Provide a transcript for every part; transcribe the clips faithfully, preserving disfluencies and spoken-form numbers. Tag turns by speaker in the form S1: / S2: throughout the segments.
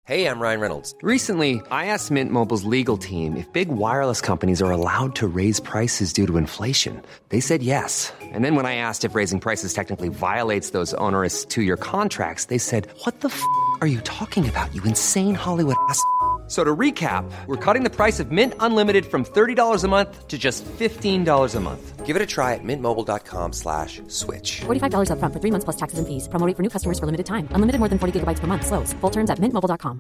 S1: Hey, I'm Ryan Reynolds.
S2: Recently, I asked Mint Mobile's legal team if big wireless companies are allowed to raise prices due to inflation. They said yes. And then when I asked if raising prices technically violates those onerous two-year contracts, they said, what the f*** are you talking about, you insane Hollywood ass f- So to recap, we're cutting the price of Mint Unlimited from thirty dollars a month to just fifteen dollars a month.
S1: Give it a try at mintmobile.com slash switch.
S3: forty-five dollars up front for three months plus taxes and fees. Promo rate for new customers for limited time. Unlimited more than forty gigabytes per month. Slows full terms at mint mobile dot com.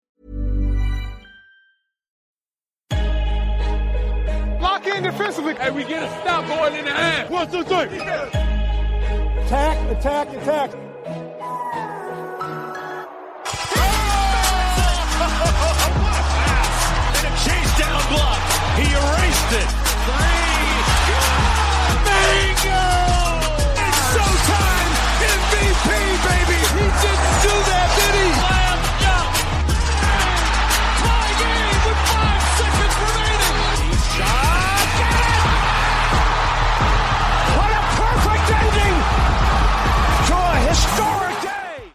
S4: Lock in defensively.
S5: And we get a stop going in the half.
S4: One, two, three. Attack, attack, attack.
S5: And a chase down block. He erased it. Three. Bingo! It's showtime. M V P, baby. He didn't do that, did he? Slam dunk. Tie game with five seconds remaining. He shot.
S4: What a perfect ending to a historic day.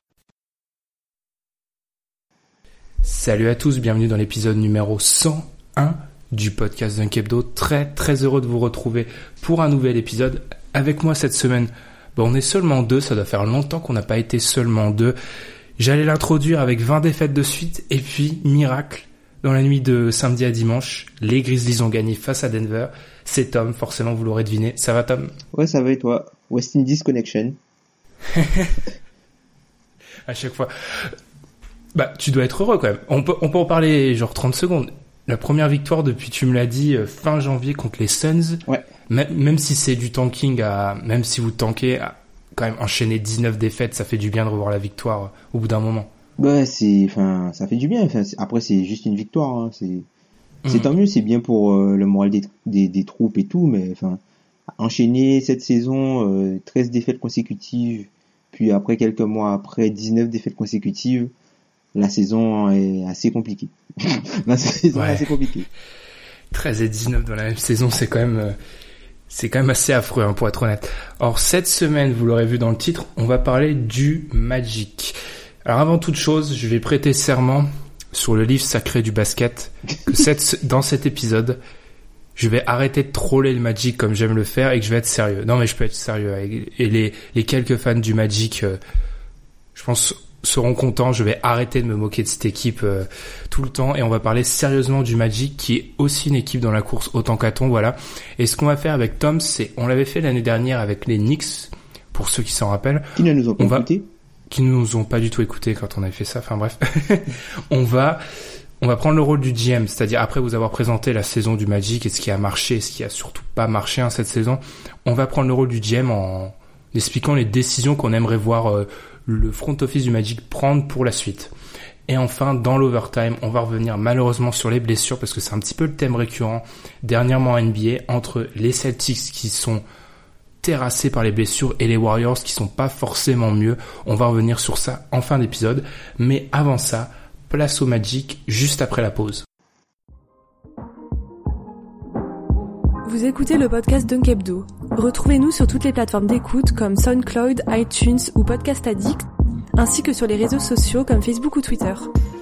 S6: Salut à tous, bienvenue dans l'épisode numéro cent un du podcast Dunk Hebdo. Très très heureux de vous retrouver pour un nouvel épisode. Avec moi cette semaine, bon, on est seulement deux, ça doit faire longtemps qu'on n'a pas été seulement deux. J'allais l'introduire avec vingt défaites de suite et puis, miracle, dans la nuit de samedi à dimanche, les Grizzlies ont gagné face à Denver. C'est Tom, forcément vous l'aurez deviné. Ça va Tom ?
S7: Ouais, ça va et toi ? West Indies Connection.
S6: À chaque fois. Bah, tu dois être heureux quand même. On peut, on peut en parler genre trente secondes. La première victoire depuis, tu me l'as dit, fin janvier contre les Suns.
S7: Ouais.
S6: Même, même si c'est du tanking, à, même si vous tankez, à quand même enchaîner dix-neuf défaites, ça fait du bien de revoir la victoire au bout d'un moment.
S7: Ouais, c'est, enfin, ça fait du bien. Enfin, après, c'est juste une victoire. Hein. C'est, c'est mmh. tant mieux. C'est bien pour euh, le moral des, des, des troupes et tout. Mais enfin, enchaîner cette saison, euh, treize défaites consécutives, puis après quelques mois après, dix-neuf défaites consécutives. La saison est assez compliquée. La saison
S6: ouais.
S7: est assez compliquée.
S6: treize et dix-neuf dans la même saison, c'est quand même, euh, c'est quand même assez affreux, hein, pour être honnête. Or, cette semaine, vous l'aurez vu dans le titre, on va parler du Magic. Alors, avant toute chose, je vais prêter serment sur le livre sacré du basket que cette, dans cet épisode, je vais arrêter de troller le Magic comme j'aime le faire et que je vais être sérieux. Non, mais je peux être sérieux. Et les, les quelques fans du Magic, euh, je pense, seront contents. Je vais arrêter de me moquer de cette équipe euh, tout le temps et on va parler sérieusement du Magic qui est aussi une équipe dans la course autant qu'Aton, voilà. Et ce qu'on va faire avec Tom, c'est, on l'avait fait l'année dernière avec les Knicks, pour ceux qui s'en rappellent.
S7: Qui ne nous ont pas écoutés.
S6: Qui ne nous ont pas du tout écoutés quand on avait fait ça, enfin bref. on va, on va prendre le rôle du G M, c'est-à-dire après vous avoir présenté la saison du Magic et ce qui a marché et ce qui a surtout pas marché hein, cette saison, on va prendre le rôle du G M en expliquant les décisions qu'on aimerait voir euh, le front office du Magic prendre pour la suite. Et enfin, dans l'overtime, on va revenir malheureusement sur les blessures parce que c'est un petit peu le thème récurrent dernièrement en N B A entre les Celtics qui sont terrassés par les blessures et les Warriors qui sont pas forcément mieux. On va revenir sur ça en fin d'épisode. Mais avant ça, place au Magic juste après la pause.
S8: Vous écoutez le podcast Dunk Hebdo. Retrouvez-nous sur toutes les plateformes d'écoute comme SoundCloud, iTunes ou Podcast Addict, ainsi que sur les réseaux sociaux comme Facebook ou Twitter.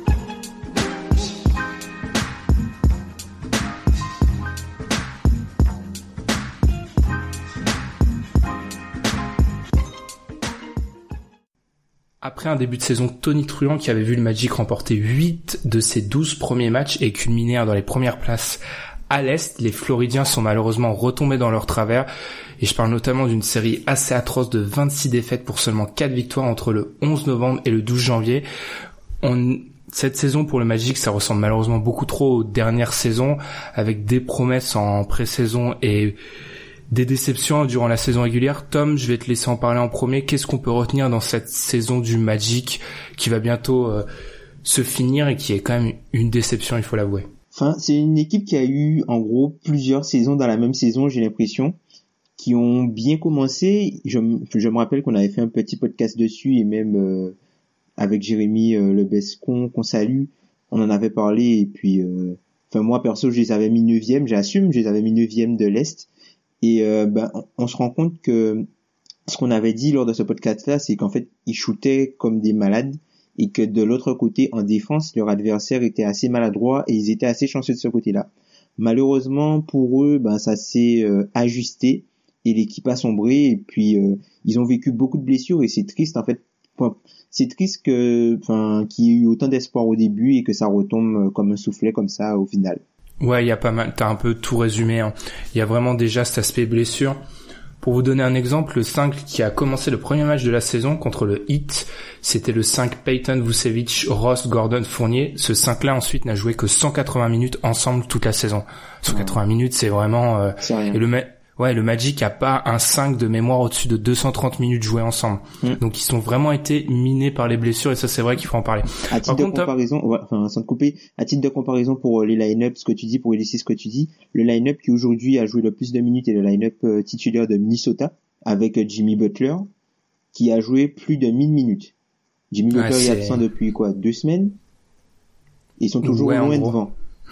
S6: Après un début de saison tonitruant qui avait vu le Magic remporter huit de ses douze premiers matchs et culminer dans les premières places à l'Est, les Floridiens sont malheureusement retombés dans leur travers et je parle notamment d'une série assez atroce de vingt-six défaites pour seulement quatre victoires entre le onze novembre et le douze janvier. On, cette saison pour le Magic, ça ressemble malheureusement beaucoup trop aux dernières saisons avec des promesses en pré-saison et des déceptions durant la saison régulière. Tom, je vais te laisser en parler en premier. Qu'est-ce qu'on peut retenir dans cette saison du Magic qui va bientôt euh, se finir et qui est quand même une déception, il faut l'avouer?
S7: Enfin, c'est une équipe qui a eu, en gros, plusieurs saisons dans la même saison, j'ai l'impression, qui ont bien commencé. Je, je me rappelle qu'on avait fait un petit podcast dessus, et même euh, avec Jérémy euh, Lebescon, qu'on salue, on en avait parlé, et puis, euh, enfin, moi, perso, je les avais mis neuvième, j'assume, je les avais mis neuvième de l'Est, et euh, ben, on, on se rend compte que ce qu'on avait dit lors de ce podcast-là, c'est qu'en fait, ils shootaient comme des malades, et que de l'autre côté, en défense, leur adversaire était assez maladroit et ils étaient assez chanceux de ce côté-là. Malheureusement pour eux, ben ça s'est euh, ajusté et l'équipe a sombré et puis euh, ils ont vécu beaucoup de blessures et c'est triste en fait. C'est triste que, enfin, qu'il y ait eu autant d'espoir au début et que ça retombe comme un soufflet comme ça au final.
S6: Ouais, il y a pas mal. T'as un peu tout résumé. Hein. Il y a vraiment déjà cet aspect blessure. Pour vous donner un exemple, le cinq qui a commencé le premier match de la saison contre le Heat, c'était le cinq Peyton Vucevic, Ross, Gordon, Fournier. Ce cinq-là ensuite n'a joué que cent quatre-vingts minutes ensemble toute la saison. cent quatre-vingts ouais. minutes, c'est vraiment. Euh,
S7: c'est rien.
S6: Et le ma... ouais, le Magic a pas un cinq de mémoire au-dessus de deux cent trente minutes jouées ensemble. Mm. Donc ils ont vraiment été minés par les blessures et ça c'est vrai qu'il faut en parler.
S7: À titre Par de contre, comparaison, ouais, enfin sans te couper, à titre de comparaison pour les line-up, ce que tu dis pour illustrer ce que tu dis, le line-up qui aujourd'hui a joué le plus de minutes est le line-up euh, titulaire de Minnesota avec euh, Jimmy Butler qui a joué plus de mille minutes. Jimmy Butler ah, est absent depuis quoi, deux semaines. Ils sont toujours ouais, loin devant.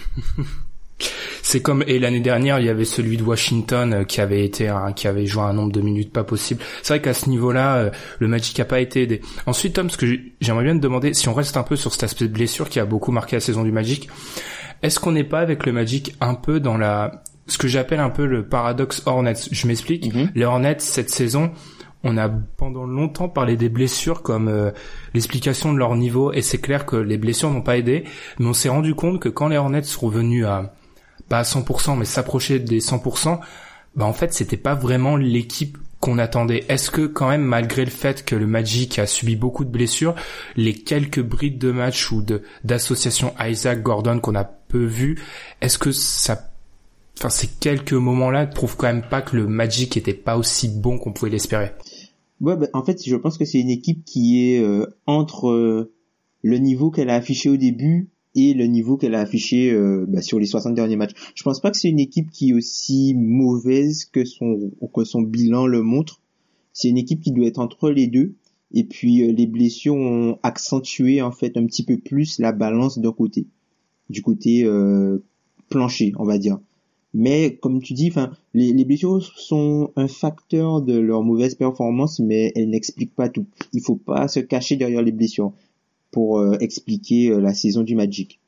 S6: C'est comme, et l'année dernière, il y avait celui de Washington euh, qui avait été, hein, qui avait joué un nombre de minutes pas possible. C'est vrai qu'à ce niveau-là, euh, le Magic a pas été aidé. Ensuite, Tom, ce que j'aimerais bien te demander, si on reste un peu sur cet aspect de blessure qui a beaucoup marqué la saison du Magic, est-ce qu'on n'est pas avec le Magic un peu dans la, ce que j'appelle un peu le paradoxe Hornets? Je m'explique. Mm-hmm. Les Hornets, cette saison, on a pendant longtemps parlé des blessures comme euh, l'explication de leur niveau, et c'est clair que les blessures n'ont pas aidé, mais on s'est rendu compte que quand les Hornets sont revenus à pas à cent pour cent mais s'approcher des cent pour cent, bah en fait c'était pas vraiment l'équipe qu'on attendait. Est-ce que quand même, malgré le fait que le Magic a subi beaucoup de blessures, les quelques brides de match ou de d'association Isaac Gordon qu'on a peu vu, est-ce que ça, enfin ces quelques moments-là prouvent quand même pas que le Magic était pas aussi bon qu'on pouvait l'espérer?
S7: Ouais, bah, en fait je pense que c'est une équipe qui est euh, entre euh, le niveau qu'elle a affiché au début et le niveau qu'elle a affiché euh, bah, sur les soixante derniers matchs. Je pense pas que c'est une équipe qui est aussi mauvaise que son que son bilan le montre. C'est une équipe qui doit être entre les deux. Et puis euh, les blessures ont accentué en fait un petit peu plus la balance d'un côté, du côté euh, plancher, on va dire. Mais comme tu dis, enfin, les, les blessures sont un facteur de leur mauvaise performance, mais elles n'expliquent pas tout. Il faut pas se cacher derrière les blessures pour euh, expliquer euh, la saison du Magic.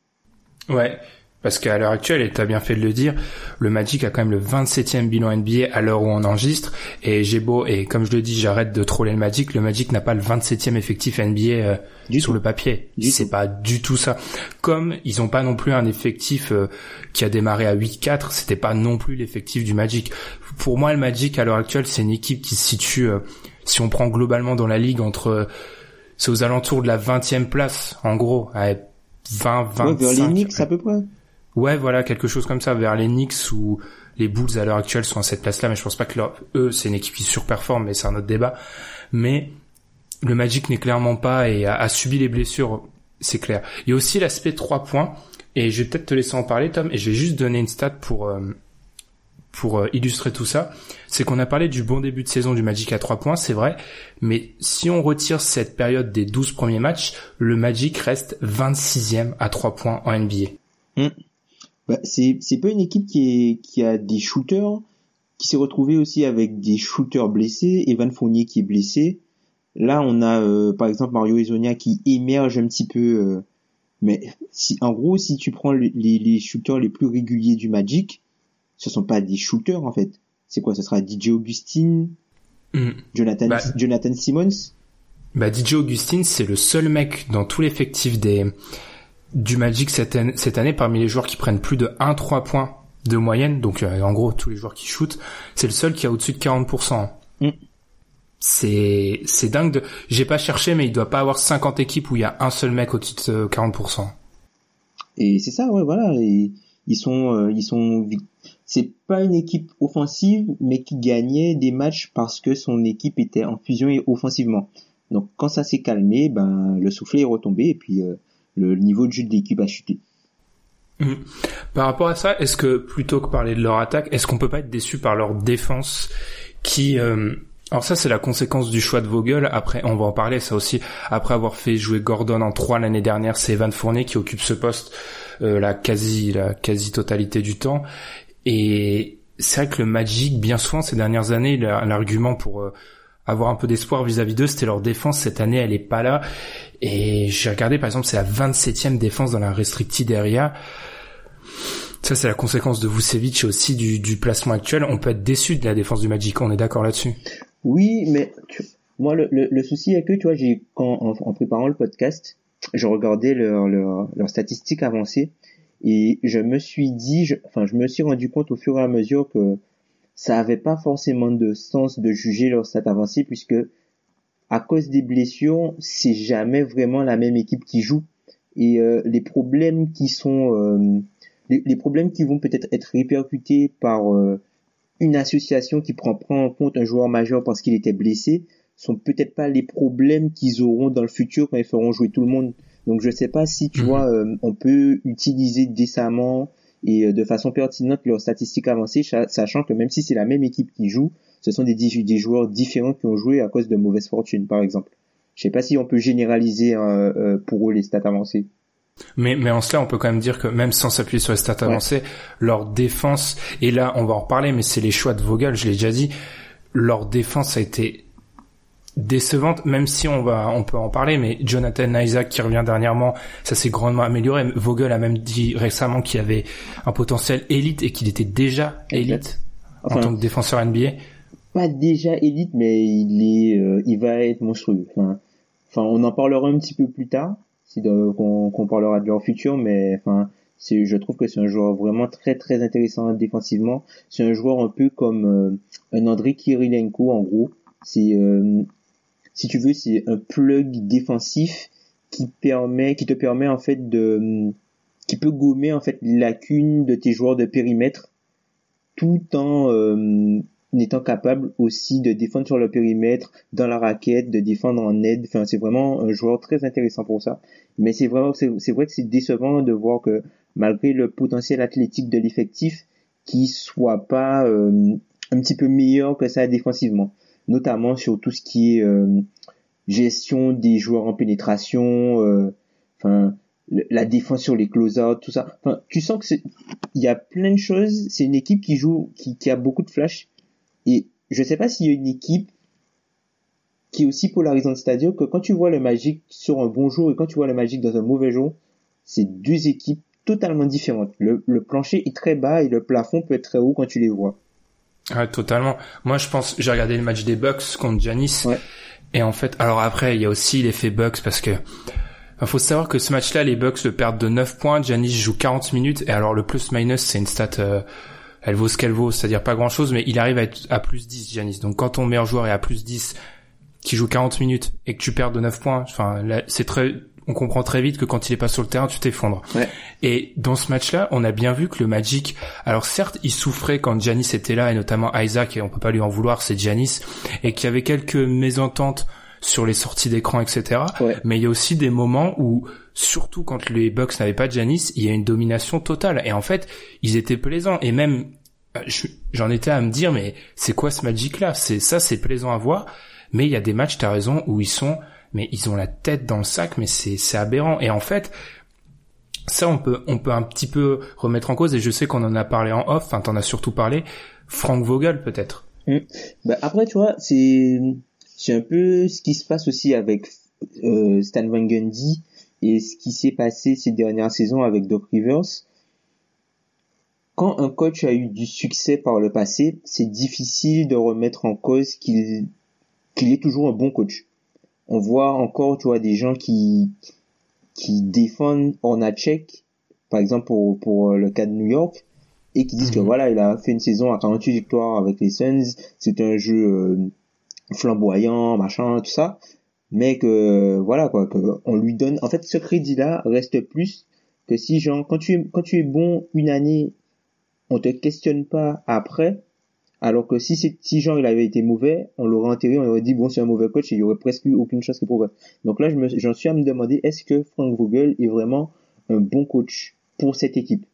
S6: Ouais, parce qu'à l'heure actuelle, et t'as bien fait de le dire, le Magic a quand même le vingt-septième bilan N B A à l'heure où on enregistre, et j'ai beau, et comme je le dis, j'arrête de troller le Magic, le Magic n'a pas le vingt-septième effectif N B A euh, sur tout. Le papier. Du c'est tout. Pas du tout ça. Comme ils ont pas non plus un effectif euh, qui a démarré à huit quatre, c'était pas non plus l'effectif du Magic. Pour moi, le Magic à l'heure actuelle, c'est une équipe qui se situe, euh, si on prend globalement dans la ligue, entre... Euh, c'est aux alentours de la vingtième place, en gros, à vingt, vingt-cinq.
S7: Ouais, vers les Knicks, à peu près.
S6: Ouais, voilà, quelque chose comme ça, vers les Knicks où les Bulls à l'heure actuelle sont à cette place-là, mais je pense pas que leur, eux, c'est une équipe qui surperforme, mais c'est un autre débat. Mais le Magic n'est clairement pas et a, a subi les blessures, c'est clair. Il y a aussi l'aspect trois points, et je vais peut-être te laisser en parler, Tom, et je vais juste donner une stat pour... Euh, pour euh, illustrer tout ça, c'est qu'on a parlé du bon début de saison du Magic à trois points, c'est vrai, mais si on retire cette période des douze premiers matchs, le Magic reste vingt-sixième à trois points en N B A.
S7: Mmh. Bah, c'est, c'est pas une équipe qui, est, qui a des shooters, qui s'est retrouvée aussi avec des shooters blessés, Evan Fournier qui est blessé. Là, on a euh, par exemple Mario Hezonja qui émerge un petit peu, euh, mais si, en gros, si tu prends les, les, les shooters les plus réguliers du Magic, ce sont pas des shooters en fait. C'est quoi? Ce sera D J Augustin, mm. Jonathan, bah, Jonathan Simmons.
S6: Bah D J Augustin, c'est le seul mec dans tout l'effectif des du Magic cette année, cette année parmi les joueurs qui prennent plus de un trois points de moyenne. Donc euh, en gros tous les joueurs qui shootent, c'est le seul qui a au-dessus de quarante pour cent. Mm. C'est c'est dingue. De... J'ai pas cherché, mais il doit pas avoir cinquante équipes où il y a un seul mec au-dessus de quarante pour cent.
S7: Et c'est ça, ouais, voilà. Et ils sont euh, ils sont c'est pas une équipe offensive, mais qui gagnait des matchs parce que son équipe était en fusion et offensivement. Donc quand ça s'est calmé, ben le soufflet est retombé et puis euh, le niveau de jeu de l'équipe a chuté.
S6: Mmh. Par rapport à ça, est-ce que plutôt que parler de leur attaque, est-ce qu'on peut pas être déçu par leur défense qui euh... alors ça c'est la conséquence du choix de Vogel. Après on va en parler ça aussi. Après avoir fait jouer Gordon en trois l'année dernière, c'est Evan Fournier qui occupe ce poste euh, la quasi la quasi totalité du temps. Et c'est vrai que le Magic, bien souvent ces dernières années, l'argument pour euh, avoir un peu d'espoir vis-à-vis d'eux, c'était leur défense. Cette année, elle est pas là. Et j'ai regardé, par exemple, c'est la vingt-septième défense dans la restricted area. Ça, c'est la conséquence de Vucevic et aussi du, du placement actuel. On peut être déçu de la défense du Magic, on est d'accord là-dessus?
S7: Oui, mais tu, moi, le, le, le souci est que, tu vois, j'ai, quand, en, en préparant le podcast, je regardais leurs leur, leur statistiques avancées et je me suis dit, je, enfin, je me suis rendu compte au fur et à mesure que ça avait pas forcément de sens de juger leurs stats avancées puisque, à cause des blessures, c'est jamais vraiment la même équipe qui joue et euh, les problèmes qui sont euh, les, les problèmes qui vont peut-être être répercutés par euh, une association qui prend, prend en compte un joueur majeur parce qu'il était blessé sont peut-être pas les problèmes qu'ils auront dans le futur quand ils feront jouer tout le monde. Donc je sais pas si tu mmh. vois euh, on peut utiliser décemment et euh, de façon pertinente leurs statistiques avancées, sachant que même si c'est la même équipe qui joue, ce sont des, des joueurs différents qui ont joué à cause de mauvaise fortune, par exemple. Je sais pas si on peut généraliser euh, euh, pour eux les stats avancées.
S6: Mais, mais en cela, on peut quand même dire que même sans s'appuyer sur les stats ouais. avancées, leur défense, et là, on va en reparler, mais c'est les choix de Vogel, je l'ai déjà dit, leur défense a été décevante, même si on va, on peut en parler, mais Jonathan Isaac qui revient dernièrement, ça s'est grandement amélioré. Vogel a même dit récemment qu'il avait un potentiel élite et qu'il était déjà élite enfin, en tant que défenseur N B A.
S7: Pas déjà élite, mais il est, euh, il va être monstrueux. Enfin, enfin, on en parlera un petit peu plus tard, si de, qu'on, qu'on parlera de leur futur, mais enfin, c'est, je trouve que c'est un joueur vraiment très très intéressant défensivement. C'est un joueur un peu comme euh, un Andrei Kirilenko en gros. C'est, euh, si tu veux, c'est un plug défensif qui permet, qui te permet en fait de, qui peut gommer en fait les lacunes de tes joueurs de périmètre, tout en euh, étant capable aussi de défendre sur le périmètre, dans la raquette, de défendre en aide. Enfin, c'est vraiment un joueur très intéressant pour ça. Mais c'est vraiment, c'est, c'est vrai que c'est décevant de voir que malgré le potentiel athlétique de l'effectif, qu'il soit pas euh, un petit peu meilleur que ça défensivement, notamment sur tout ce qui est euh, gestion des joueurs en pénétration, euh, enfin la défense sur les close-out, tout ça. Enfin, tu sens que c'est, il y a plein de choses. C'est une équipe qui joue, qui, qui a beaucoup de flash. Et je sais pas s'il y a une équipe qui est aussi polarisante, c'est-à-dire que quand tu vois le Magic sur un bon jour et quand tu vois le Magic dans un mauvais jour, c'est deux équipes totalement différentes. Le, le plancher est très bas et le plafond peut être très haut quand tu les vois.
S6: Ouais, totalement. Moi, je pense, j'ai regardé le match des Bucks contre Giannis. Ouais. Et en fait, alors après, il y a aussi l'effet Bucks parce que, il faut savoir que ce match-là, les Bucks le perdent de neuf points. Giannis joue quarante minutes. Et alors, le plus-minus, c'est une stat, euh, elle vaut ce qu'elle vaut, c'est-à-dire pas grand-chose, mais il arrive à être à plus dix, Giannis. Donc, quand ton meilleur joueur est à plus dix, qui joue quarante minutes, et que tu perds de neuf points, enfin, là, c'est très, on comprend très vite que quand il est pas sur le terrain, tu t'effondres. Ouais. Et dans ce match-là, on a bien vu que le Magic, alors certes, il souffrait quand Giannis était là, et notamment Isaac, et on peut pas lui en vouloir, c'est Giannis, et qu'il y avait quelques mésententes sur les sorties d'écran, et cetera. Ouais. Mais il y a aussi des moments où, surtout quand les Bucks n'avaient pas Giannis, il y a une domination totale. Et en fait, ils étaient plaisants. Et même, j'en étais à me dire, mais c'est quoi ce Magic-là? C'est ça, c'est plaisant à voir. Mais il y a des matchs, t'as raison, où ils sont, mais ils ont la tête dans le sac, mais c'est, c'est aberrant. Et en fait, ça, on peut, on peut un petit peu remettre en cause. Et je sais qu'on en a parlé en off. Enfin, t'en as surtout parlé. Frank Vogel, peut-être.
S7: Mmh. Bah, après, tu vois, c'est, c'est un peu ce qui se passe aussi avec euh, Stan Van Gundy et ce qui s'est passé ces dernières saisons avec Doc Rivers. Quand un coach a eu du succès par le passé, c'est difficile de remettre en cause qu'il qu'il est toujours un bon coach. On voit encore, tu vois, des gens qui qui défendent Hornacek, par exemple pour pour le cas de New York, et qui disent mmh. que voilà, il a fait une saison à quarante-huit victoires avec les Suns, c'est un jeu euh, flamboyant, machin, tout ça, mais que voilà quoi, que on lui donne. En fait, ce crédit-là reste plus que si genre quand tu es quand tu es bon une année, on te questionne pas après. Alors que si c'est, si genre il avait été mauvais, on l'aurait enterré, on aurait dit bon c'est un mauvais coach et il y aurait presque eu aucune chose qui progresse. Donc là je me, j'en suis à me demander est-ce que Frank Vogel est vraiment un bon coach pour cette équipe?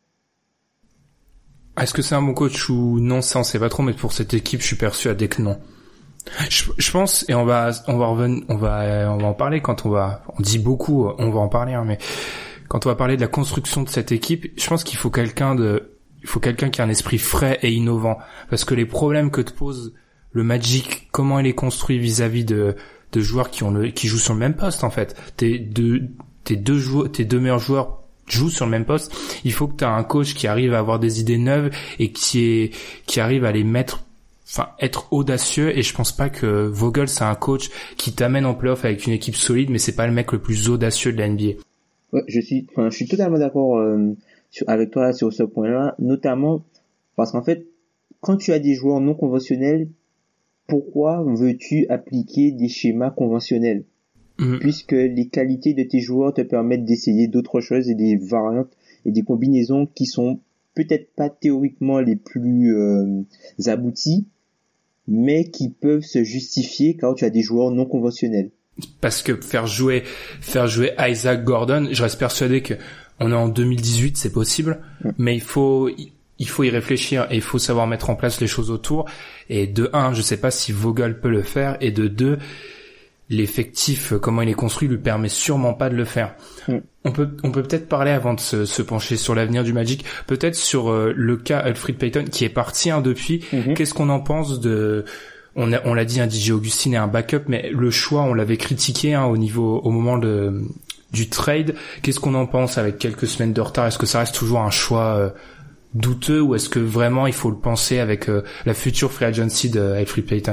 S6: Est-ce que c'est un bon coach ou non, ça on sait pas trop, mais pour cette équipe je suis persuadé que non. Je, je pense, et on va on va revenir, on va on va en parler quand on va, on dit beaucoup, on va en parler, hein, mais quand on va parler de la construction de cette équipe, je pense qu'il faut quelqu'un de Il faut quelqu'un qui a un esprit frais et innovant, parce que les problèmes que te pose le Magic, comment il est construit vis-à-vis de de joueurs qui ont le, qui jouent sur le même poste, en fait. Tes deux, tes deux joueurs, tes deux meilleurs joueurs jouent sur le même poste. Il faut que tu aies un coach qui arrive à avoir des idées neuves et qui est, qui arrive à les mettre, enfin, être audacieux. Et je pense pas que Vogel, c'est un coach qui t'amène en playoff avec une équipe solide, mais c'est pas le mec le plus audacieux de la N B A.
S7: Ouais, je suis, enfin, je suis totalement d'accord, euh, sur, avec toi sur ce point-là, notamment parce qu'en fait, quand tu as des joueurs non conventionnels, pourquoi veux-tu appliquer des schémas conventionnels? Mmh. Puisque les qualités de tes joueurs te permettent d'essayer d'autres choses et des variantes et des combinaisons qui sont peut-être pas théoriquement les plus euh, abouties, mais qui peuvent se justifier quand tu as des joueurs non conventionnels.
S6: Parce que faire jouer, faire jouer Isaac Gordon, je reste persuadé que on est en deux mille dix-huit, c'est possible, mmh. mais il faut, il faut y réfléchir et il faut savoir mettre en place les choses autour. Et de un, je sais pas si Vogel peut le faire, et de deux, l'effectif, comment il est construit, lui permet sûrement pas de le faire. Mmh. On peut, on peut peut-être parler avant de se, se pencher sur l'avenir du Magic, peut-être sur euh, le cas Elfrid Payton qui est parti hein, depuis. Mmh. Qu'est-ce qu'on en pense de On, a, on l'a dit, un D J Augustin est un backup, mais le choix, on l'avait critiqué hein, au niveau, au moment de, du trade. Qu'est-ce qu'on en pense avec quelques semaines de retard? Est-ce que ça reste toujours un choix euh, douteux, ou est-ce que vraiment il faut le penser avec euh, la future free agency de Elfrid Payton?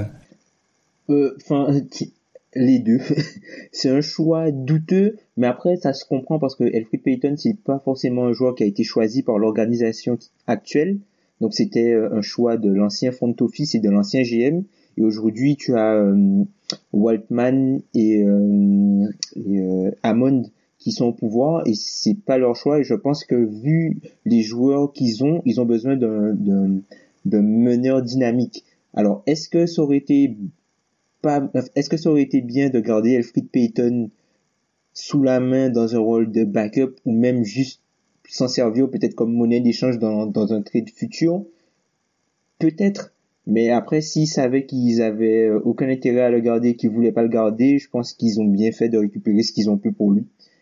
S7: Enfin, euh, les deux. C'est un choix douteux, mais après ça se comprend parce que Elfrid Payton, c'est pas forcément un joueur qui a été choisi par l'organisation actuelle. Donc c'était un choix de l'ancien front office et de l'ancien G M. Et aujourd'hui, tu as euh, Waltman et, euh, et euh, Hammond qui sont au pouvoir, et c'est pas leur choix. Et je pense que vu les joueurs qu'ils ont, ils ont besoin d'un, d'un, d'un meneur dynamique. Alors, est-ce que ça aurait été pas, est-ce que ça aurait été bien de garder Elfrid Payton sous la main dans un rôle de backup, ou même juste s'en servir peut-être comme monnaie d'échange dans, dans un trade futur? Peut-être. Mais après, s'ils savaient qu'ils avaient aucun intérêt à le garder, qu'ils voulaient pas le garder, je pense qu'ils ont bien fait de récupérer ce qu'ils ont pu pour lui.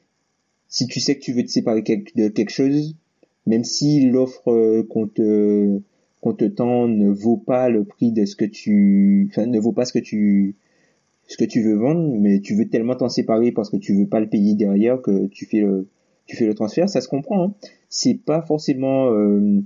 S7: Si tu sais que tu veux te séparer de quelque chose, même si l'offre qu'on te, qu'on te tend ne vaut pas le prix de ce que tu, enfin, ne vaut pas ce que tu, ce que tu veux vendre, mais tu veux tellement t'en séparer parce que tu veux pas le payer derrière que tu fais le, tu fais le transfert, ça se comprend, hein. C'est pas forcément, euh,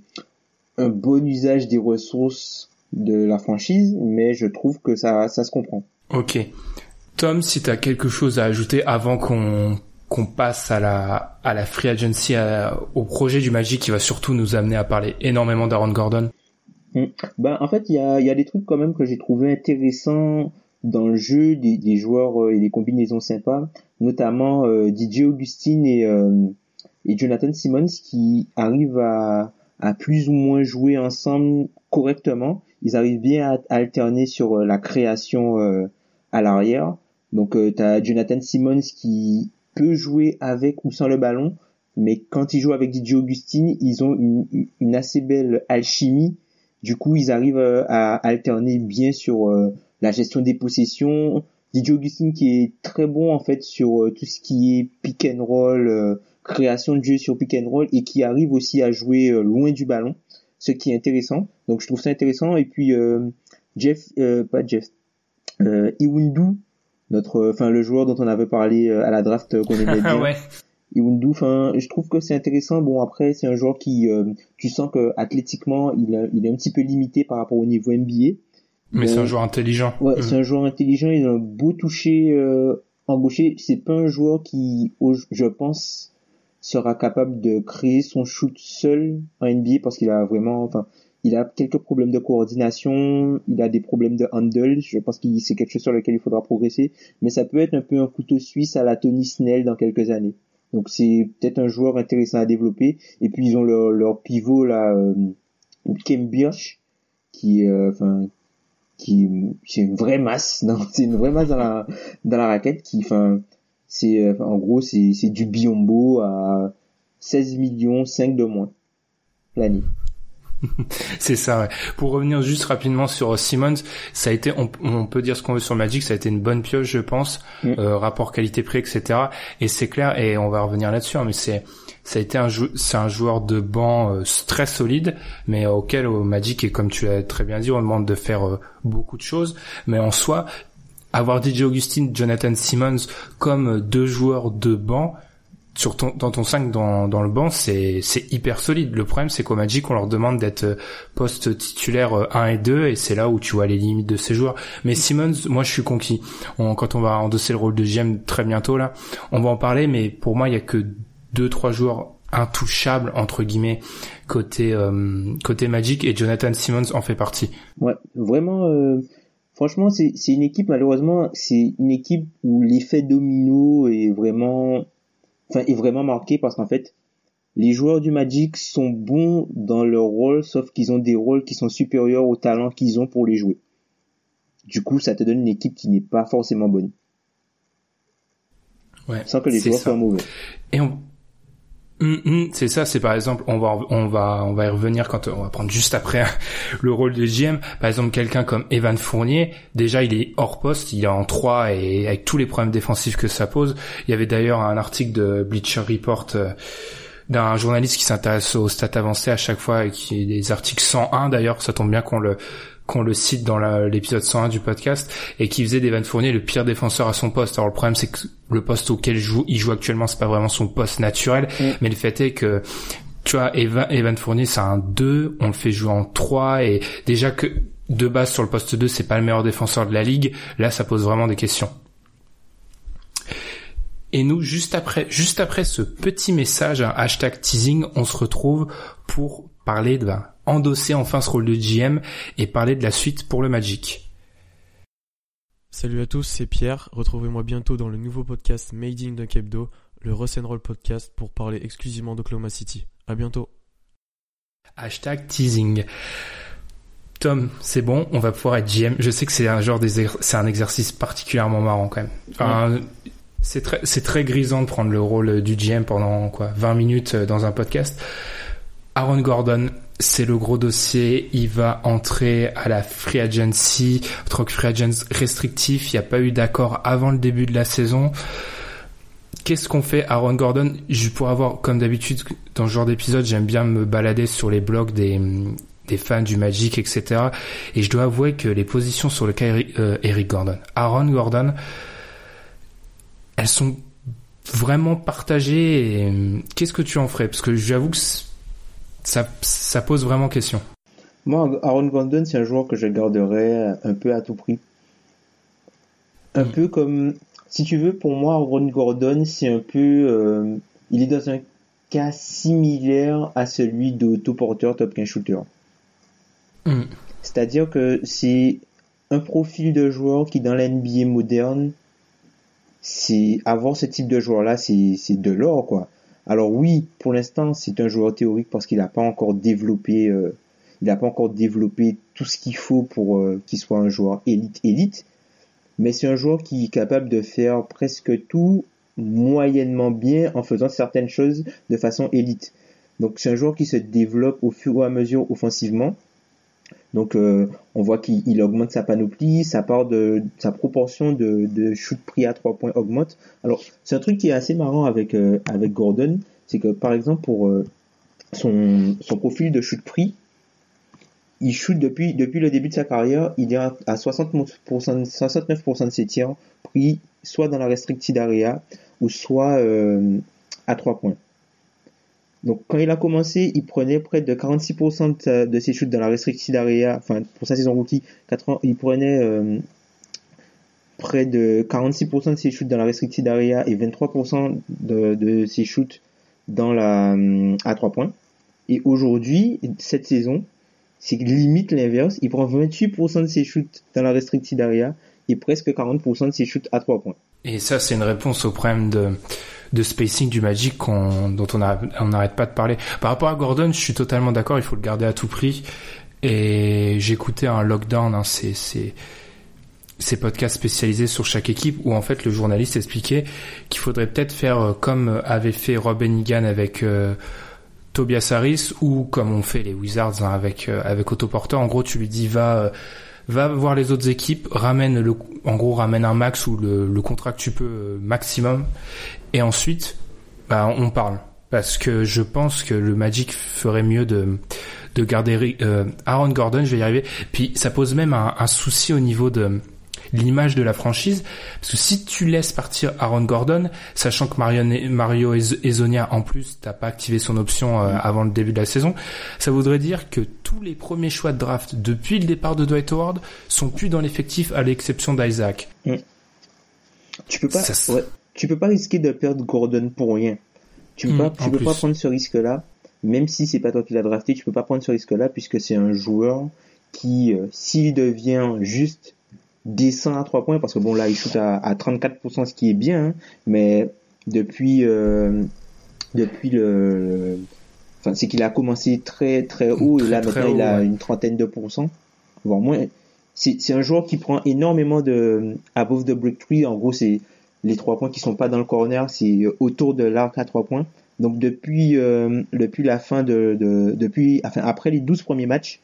S7: un bon usage des ressources de la franchise, mais je trouve que ça, ça se comprend.
S6: Ok. Tom, si t'as quelque chose à ajouter avant qu'on, qu'on passe à la, à la free agency, à, au projet du Magic qui va surtout nous amener à parler énormément d'Aaron Gordon.
S7: Mmh. Ben, en fait, il y a, il y a des trucs quand même que j'ai trouvé intéressants dans le jeu, des, des joueurs et des combinaisons sympas, notamment euh, D J Augustin et, euh, et Jonathan Simmons qui arrivent à, à plus ou moins jouer ensemble correctement. Ils arrivent bien à, à alterner sur euh, la création euh, à l'arrière. Donc euh, t'as Jonathan Simmons qui peut jouer avec ou sans le ballon, mais quand ils jouent avec D J Augustin, ils ont une, une assez belle alchimie. Du coup, ils arrivent euh, à alterner bien sur euh, la gestion des possessions. D J Augustin qui est très bon en fait sur euh, tout ce qui est pick and roll, euh, création de jeu sur pick and roll, et qui arrive aussi à jouer euh, loin du ballon, ce qui est intéressant. Donc je trouve ça intéressant. Et puis euh, Jeff, euh, pas Jeff, euh, Iwundu, notre, enfin le joueur dont on avait parlé euh, à la draft euh, qu'on aimait bien.
S6: Ouais.
S7: Iwundu, enfin je trouve que c'est intéressant. Bon après c'est un joueur qui, euh, tu sens que athlétiquement il, a, il est un petit peu limité par rapport au niveau N B A.
S6: Mais donc, c'est un joueur intelligent.
S7: Ouais,
S6: mmh.
S7: c'est un joueur intelligent. Il a un beau toucher euh, en gaucher. C'est pas un joueur qui, je pense, sera capable de créer son shoot seul en N B A parce qu'il a vraiment, enfin, il a quelques problèmes de coordination, il a des problèmes de handle. Je pense que c'est quelque chose sur lequel il faudra progresser. Mais ça peut être un peu un couteau suisse à la Tony Snell dans quelques années. Donc c'est peut-être un joueur intéressant à développer. Et puis ils ont leur, leur pivot là, euh, Kem Birch, qui, euh, enfin. qui c'est une vraie masse, non, c'est une vraie masse dans la dans la raquette qui, enfin, c'est en gros c'est c'est du Biombo à seize millions cinq de moins l'année.
S6: C'est ça, ouais. Pour revenir juste rapidement sur Simmons, ça a été, on, on peut dire ce qu'on veut sur Magic, ça a été une bonne pioche, je pense, mm. euh, rapport qualité-prix, et cetera. Et c'est clair, et on va revenir là-dessus, hein, mais c'est, ça a été un jou- c'est un joueur de banc euh, très solide, mais auquel au Magic, et comme tu l'as très bien dit, on demande de faire euh, beaucoup de choses, mais en soi, avoir D J Augustin, Jonathan Simmons comme deux joueurs de banc sur ton, dans ton cinq dans, dans le banc, c'est, c'est hyper solide. Le problème, c'est qu'au Magic, on leur demande d'être poste titulaire un et deux, et c'est là où tu vois les limites de ces joueurs. Mais Simmons, moi, je suis conquis. On, quand on va endosser le rôle de G M très bientôt, là, on va en parler, mais pour moi, il y a que deux, trois joueurs intouchables, entre guillemets, côté, euh, côté Magic, et Jonathan Simmons en fait partie.
S7: Ouais, vraiment, euh, franchement, c'est, c'est une équipe, malheureusement, c'est une équipe où l'effet domino est vraiment, enfin, est vraiment marqué parce qu'en fait, les joueurs du Magic sont bons dans leur rôle, sauf qu'ils ont des rôles qui sont supérieurs au talent qu'ils ont pour les jouer. Du coup, ça te donne une équipe qui n'est pas forcément bonne.
S6: Ouais.
S7: Sans que les joueurs soient mauvais.
S6: Et on, Mmh, mmh, c'est ça, c'est par exemple, on va, on va, on va y revenir quand on va prendre juste après le rôle de G M. Par exemple, quelqu'un comme Evan Fournier, déjà, il est hors poste, il est en trois et avec tous les problèmes défensifs que ça pose. Il y avait d'ailleurs un article de Bleacher Report euh, d'un journaliste qui s'intéresse aux stats avancées à chaque fois et qui est des articles cent un d'ailleurs, ça tombe bien qu'on le, qu'on le cite dans la, l'épisode cent un du podcast, et qui faisait d'Evan Fournier le pire défenseur à son poste. Alors le problème, c'est que le poste auquel il joue, il joue actuellement, c'est pas vraiment son poste naturel, mmh. mais le fait est que, tu vois, Evan, Evan Fournier, c'est un deux, on le fait jouer en trois, et déjà que de base sur le poste deux, c'est pas le meilleur défenseur de la ligue, là ça pose vraiment des questions. Et nous, juste après, juste après ce petit message, un hashtag teasing, on se retrouve pour parler de, ben, endosser enfin ce rôle de G M et parler de la suite pour le Magic.
S9: Salut à tous, c'est Pierre. Retrouvez-moi bientôt dans le nouveau podcast Made in Dunk Hebdo, le Ross and Roll podcast, pour parler exclusivement d'Oklahoma City. À bientôt.
S6: Hashtag teasing. Tom, c'est bon, on va pouvoir être G M. Je sais que c'est un genre d'exer- c'est un exercice particulièrement marrant quand même. Enfin, ouais. c'est très, c'est très grisant de prendre le rôle du G M pendant quoi, vingt minutes dans un podcast. Aaron Gordon, c'est le gros dossier. Il va entrer à la free agency, entre free agents restrictif. Il n'y a pas eu d'accord avant le début de la saison. Qu'est-ce qu'on fait, Aaron Gordon? Je pourrais avoir, comme d'habitude, dans ce genre d'épisode, j'aime bien me balader sur les blogs des, des fans du Magic, et cetera. Et je dois avouer que les positions sur le cas Eric, euh, Eric Gordon, Aaron Gordon, elles sont vraiment partagées. Et qu'est-ce que tu en ferais? Parce que j'avoue que Ça, ça pose vraiment question.
S7: Moi, Aaron Gordon, c'est un joueur que je garderais un peu à tout prix. Un mmh. peu comme, si tu veux, pour moi, Aaron Gordon, c'est un peu, euh, il est dans un cas similaire à celui d'Otto Porter, top quinze shooter. Mmh. C'est-à-dire que c'est un profil de joueur qui, dans la N B A moderne, c'est, avoir ce type de joueur-là, c'est, c'est de l'or, quoi. Alors oui, pour l'instant, c'est un joueur théorique parce qu'il n'a pas encore développé, euh, il n'a pas encore développé tout ce qu'il faut pour euh, qu'il soit un joueur élite élite. Mais c'est un joueur qui est capable de faire presque tout moyennement bien en faisant certaines choses de façon élite. Donc c'est un joueur qui se développe au fur et à mesure offensivement. Donc euh, on voit qu'il il augmente sa panoplie, sa part de sa proportion de, de shoot pris à trois points augmente. Alors c'est un truc qui est assez marrant avec euh, avec Gordon, c'est que par exemple pour euh, son son profil de shoot pris, il shoot depuis depuis le début de sa carrière, il est à, à soixante pour cent, soixante-neuf pour cent de ses tirs pris soit dans la restricted area ou soit euh, à trois points. Donc, quand il a commencé, il prenait près de quarante-six pour cent de, de ses shoots dans la restricted area. Enfin, pour sa saison rookie, quatre, il prenait euh, près de quarante-six pour cent de ses shoots dans la restricted area et vingt-trois pour cent de, de ses shoots dans la à trois points. Et aujourd'hui, cette saison, c'est limite l'inverse. Il prend vingt-huit pour cent de ses shoots dans la restricted area et presque quarante pour cent de ses shoots à trois points.
S6: Et ça, c'est une réponse au problème de de spacing du Magic qu'on, dont on a, on n'arrête pas de parler. Par rapport à Gordon, je suis totalement d'accord, il faut le garder à tout prix. Et j'écoutais un lockdown, hein, c'est, c'est, ces podcasts spécialisés sur chaque équipe où en fait le journaliste expliquait qu'il faudrait peut-être faire comme avait fait Rob Hennigan avec euh, Tobias Harris ou comme ont fait les Wizards hein, avec euh, avec Otto Porter. En gros, tu lui dis va euh, va voir les autres équipes, ramène le, en gros ramène un max ou le, le contrat que tu peux euh, maximum. Et ensuite, bah, on parle. Parce que je pense que le Magic ferait mieux de, de garder euh, Aaron Gordon, je vais y arriver. Puis ça pose même un, un souci au niveau de... l'image de la franchise. Parce que si tu laisses partir Aaron Gordon, sachant que Mario, Mario Hezonja, en plus, t'as pas activé son option euh, avant le début de la saison, ça voudrait dire que tous les premiers choix de draft depuis le départ de Dwight Howard sont plus dans l'effectif à l'exception d'Isaac.
S7: Mmh. Tu peux pas,
S6: ça,
S7: ouais, tu peux pas risquer de perdre Gordon pour rien. Tu peux mmh, pas, tu peux plus. pas prendre ce risque-là. Même si c'est pas toi qui l'as drafté, tu peux pas prendre ce risque-là puisque c'est un joueur qui, euh, s'il devient juste décent à trois points, parce que bon là il shoot à, à trente-quatre pour cent, ce qui est bien, hein, mais depuis euh, depuis le, enfin c'est qu'il a commencé très très haut très, et là maintenant haut, il a ouais. une trentaine de pourcents, voire moins. C'est c'est un joueur qui prend énormément de above the break three. En gros c'est les trois points qui sont pas dans le corner, c'est autour de l'arc à trois points. Donc depuis euh, depuis la fin de, de depuis enfin après les douze premiers matchs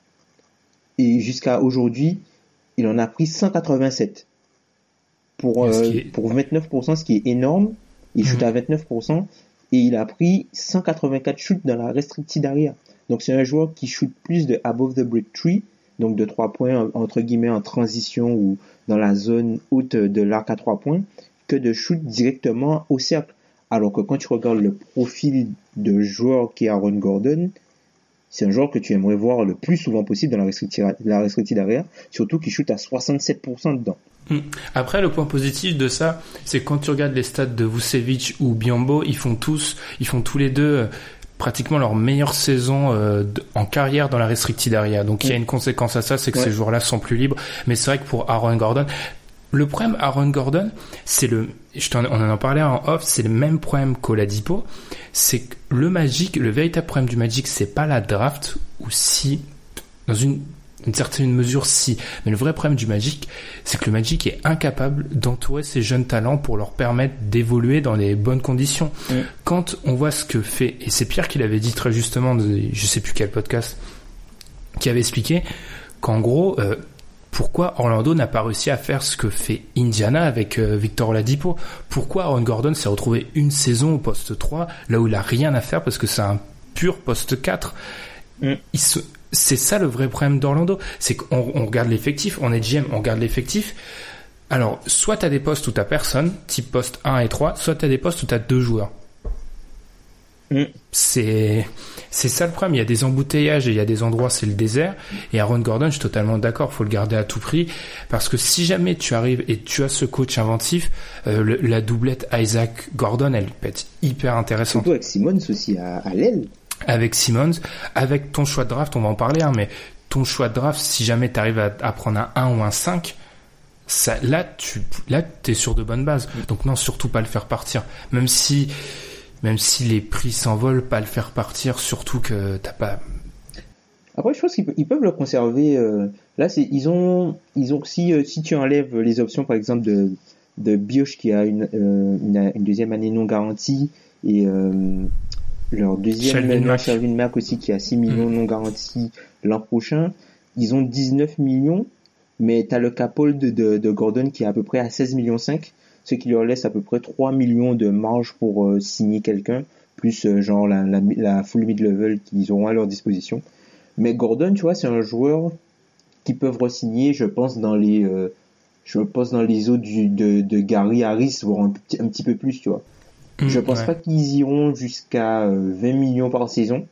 S7: et jusqu'à aujourd'hui, il en a pris cent quatre-vingt-sept pour euh, est... pour vingt-neuf pour cent, ce qui est énorme. Il mmh. shoot à vingt-neuf pour cent et il a pris cent quatre-vingt-quatre shoots dans la restricted area. Donc c'est un joueur qui shoot plus de above the break three, donc de trois points entre guillemets en transition ou dans la zone haute de l'arc à trois points, que de shoot directement au cercle. Alors que quand tu regardes le profil de joueur qui est Aaron Gordon, c'est un joueur que tu aimerais voir le plus souvent possible dans la restricted, la restricted area, surtout qu'il shoot à soixante-sept pour cent dedans.
S6: Après, le point positif de ça, c'est quand tu regardes les stats de Vucevic ou Biyombo, ils font tous, ils font tous les deux euh, pratiquement leur meilleure saison euh, en carrière dans la restricted area. Donc, il y a une conséquence à ça, c'est que ouais. ces joueurs-là sont plus libres. Mais c'est vrai que pour Aaron Gordon, le problème Aaron Gordon, c'est le, je t'en, on en a parlé en off, c'est le même problème qu'Oladipo. C'est que le Magic, le véritable problème du Magic, c'est pas la draft, ou si, dans une, une certaine mesure, si. Mais le vrai problème du Magic, c'est que le Magic est incapable d'entourer ces jeunes talents pour leur permettre d'évoluer dans les bonnes conditions. Mmh. Quand on voit ce que fait, et c'est Pierre qui l'avait dit très justement, je sais plus quel podcast, qui avait expliqué qu'en gros, euh, pourquoi Orlando n'a pas réussi à faire ce que fait Indiana avec euh, Victor Oladipo? Pourquoi Aaron Gordon s'est retrouvé une saison au poste trois, là où il a rien à faire parce que c'est un pur poste quatre? Mm. Il se... C'est ça le vrai problème d'Orlando. C'est qu'on on regarde l'effectif, on est G M, on regarde l'effectif. Alors, soit t'as des postes où t'as personne, type poste un et trois, soit t'as des postes où t'as deux joueurs. Mm. C'est, c'est ça le problème. Il y a des embouteillages et il y a des endroits, c'est le désert. Et Aaron Gordon, je suis totalement d'accord, faut le garder à tout prix. Parce que si jamais tu arrives et tu as ce coach inventif, euh, le, la doublette Isaac Gordon, elle peut être hyper intéressante.
S7: Surtout avec Simmons aussi à, à l'aile.
S6: Avec Simmons, avec ton choix de draft, on va en parler, hein, mais ton choix de draft, si jamais tu arrives à, à prendre un un ou un cinq, ça, là, tu, là, t'es sur de bonnes bases. Donc non, surtout pas le faire partir. Même si, même si les prix s'envolent, pas le faire partir, surtout que t'as pas.
S7: Après, je pense qu'ils ils peuvent le conserver. Euh, là, c'est, ils ont, ils ont, si, euh, si tu enlèves les options, par exemple, de, de Bioche qui a une, euh, une, une deuxième année non garantie et, euh, leur deuxième Shelvin Shelvin Mack aussi qui a six millions mmh. non garantis l'an prochain. Ils ont dix-neuf millions, mais t'as le cap hold de, de, de Gordon qui est à peu près à seize virgule cinq millions, ce qui leur laisse à peu près trois millions de marge pour euh, signer quelqu'un, plus euh, genre la, la, la full mid-level qu'ils auront à leur disposition. Mais Gordon, tu vois, c'est un joueur qui peuvent re-signer, je pense, dans les, euh, je pense dans les eaux du, de, de Gary Harris, voire un, petit, un petit peu plus, tu vois. Je pense ouais. pas qu'ils iront jusqu'à vingt millions par saison,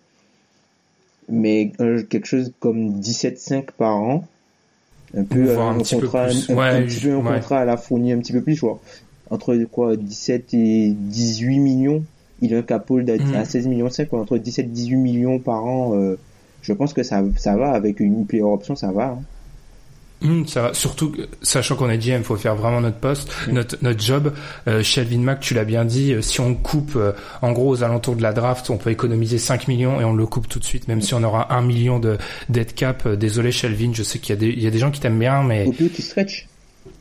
S7: mais euh, quelque chose comme dix-sept virgule cinq par an, un peu euh, un, un contrat, un, ouais, un petit peu un ouais. contrat à la fournie un petit peu plus, je vois. Entre quoi, dix-sept et dix-huit millions, il a un cap hold à, mm. à seize virgule cinq millions, entre dix-sept et dix-huit millions par an, euh, je pense que ça, ça va, avec une player option, ça va. Hein.
S6: Mmh, ça va. Surtout, sachant qu'on est G M, faut faire vraiment notre poste, mmh. notre, notre job. Euh, Shelvin Mack, tu l'as bien dit, euh, si on coupe, euh, en gros, aux alentours de la draft, on peut économiser cinq millions et on le coupe tout de suite, même mmh. si on aura un million de dead cap. Euh, désolé, Shelvin, je sais qu'il y a des, il y a des gens qui t'aiment bien, mais.
S7: Au plus tu stretch.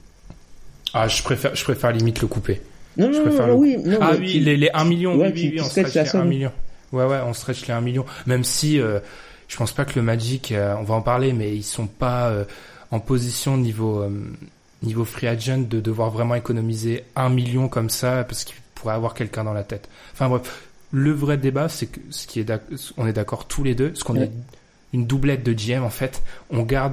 S6: Ah, je préfère, je préfère limite le couper.
S7: Non,
S6: je
S7: non, non,
S6: le...
S7: oui, non.
S6: Ah oui, tu... les, les un million,
S7: ouais,
S6: oui,
S7: tu,
S6: oui,
S7: tu
S6: on stretch les un million. Ouais, ouais, on stretch les un million. Même si, euh, je pense pas que le Magic, euh, on va en parler, mais ils sont pas, euh, en position niveau euh, niveau free agent de devoir vraiment économiser un million comme ça parce qu'il pourrait avoir quelqu'un dans la tête. Enfin bref, le vrai débat c'est que ce qui est on est d'accord tous les deux, ce qu'on ouais. est une doublette de G M en fait, on garde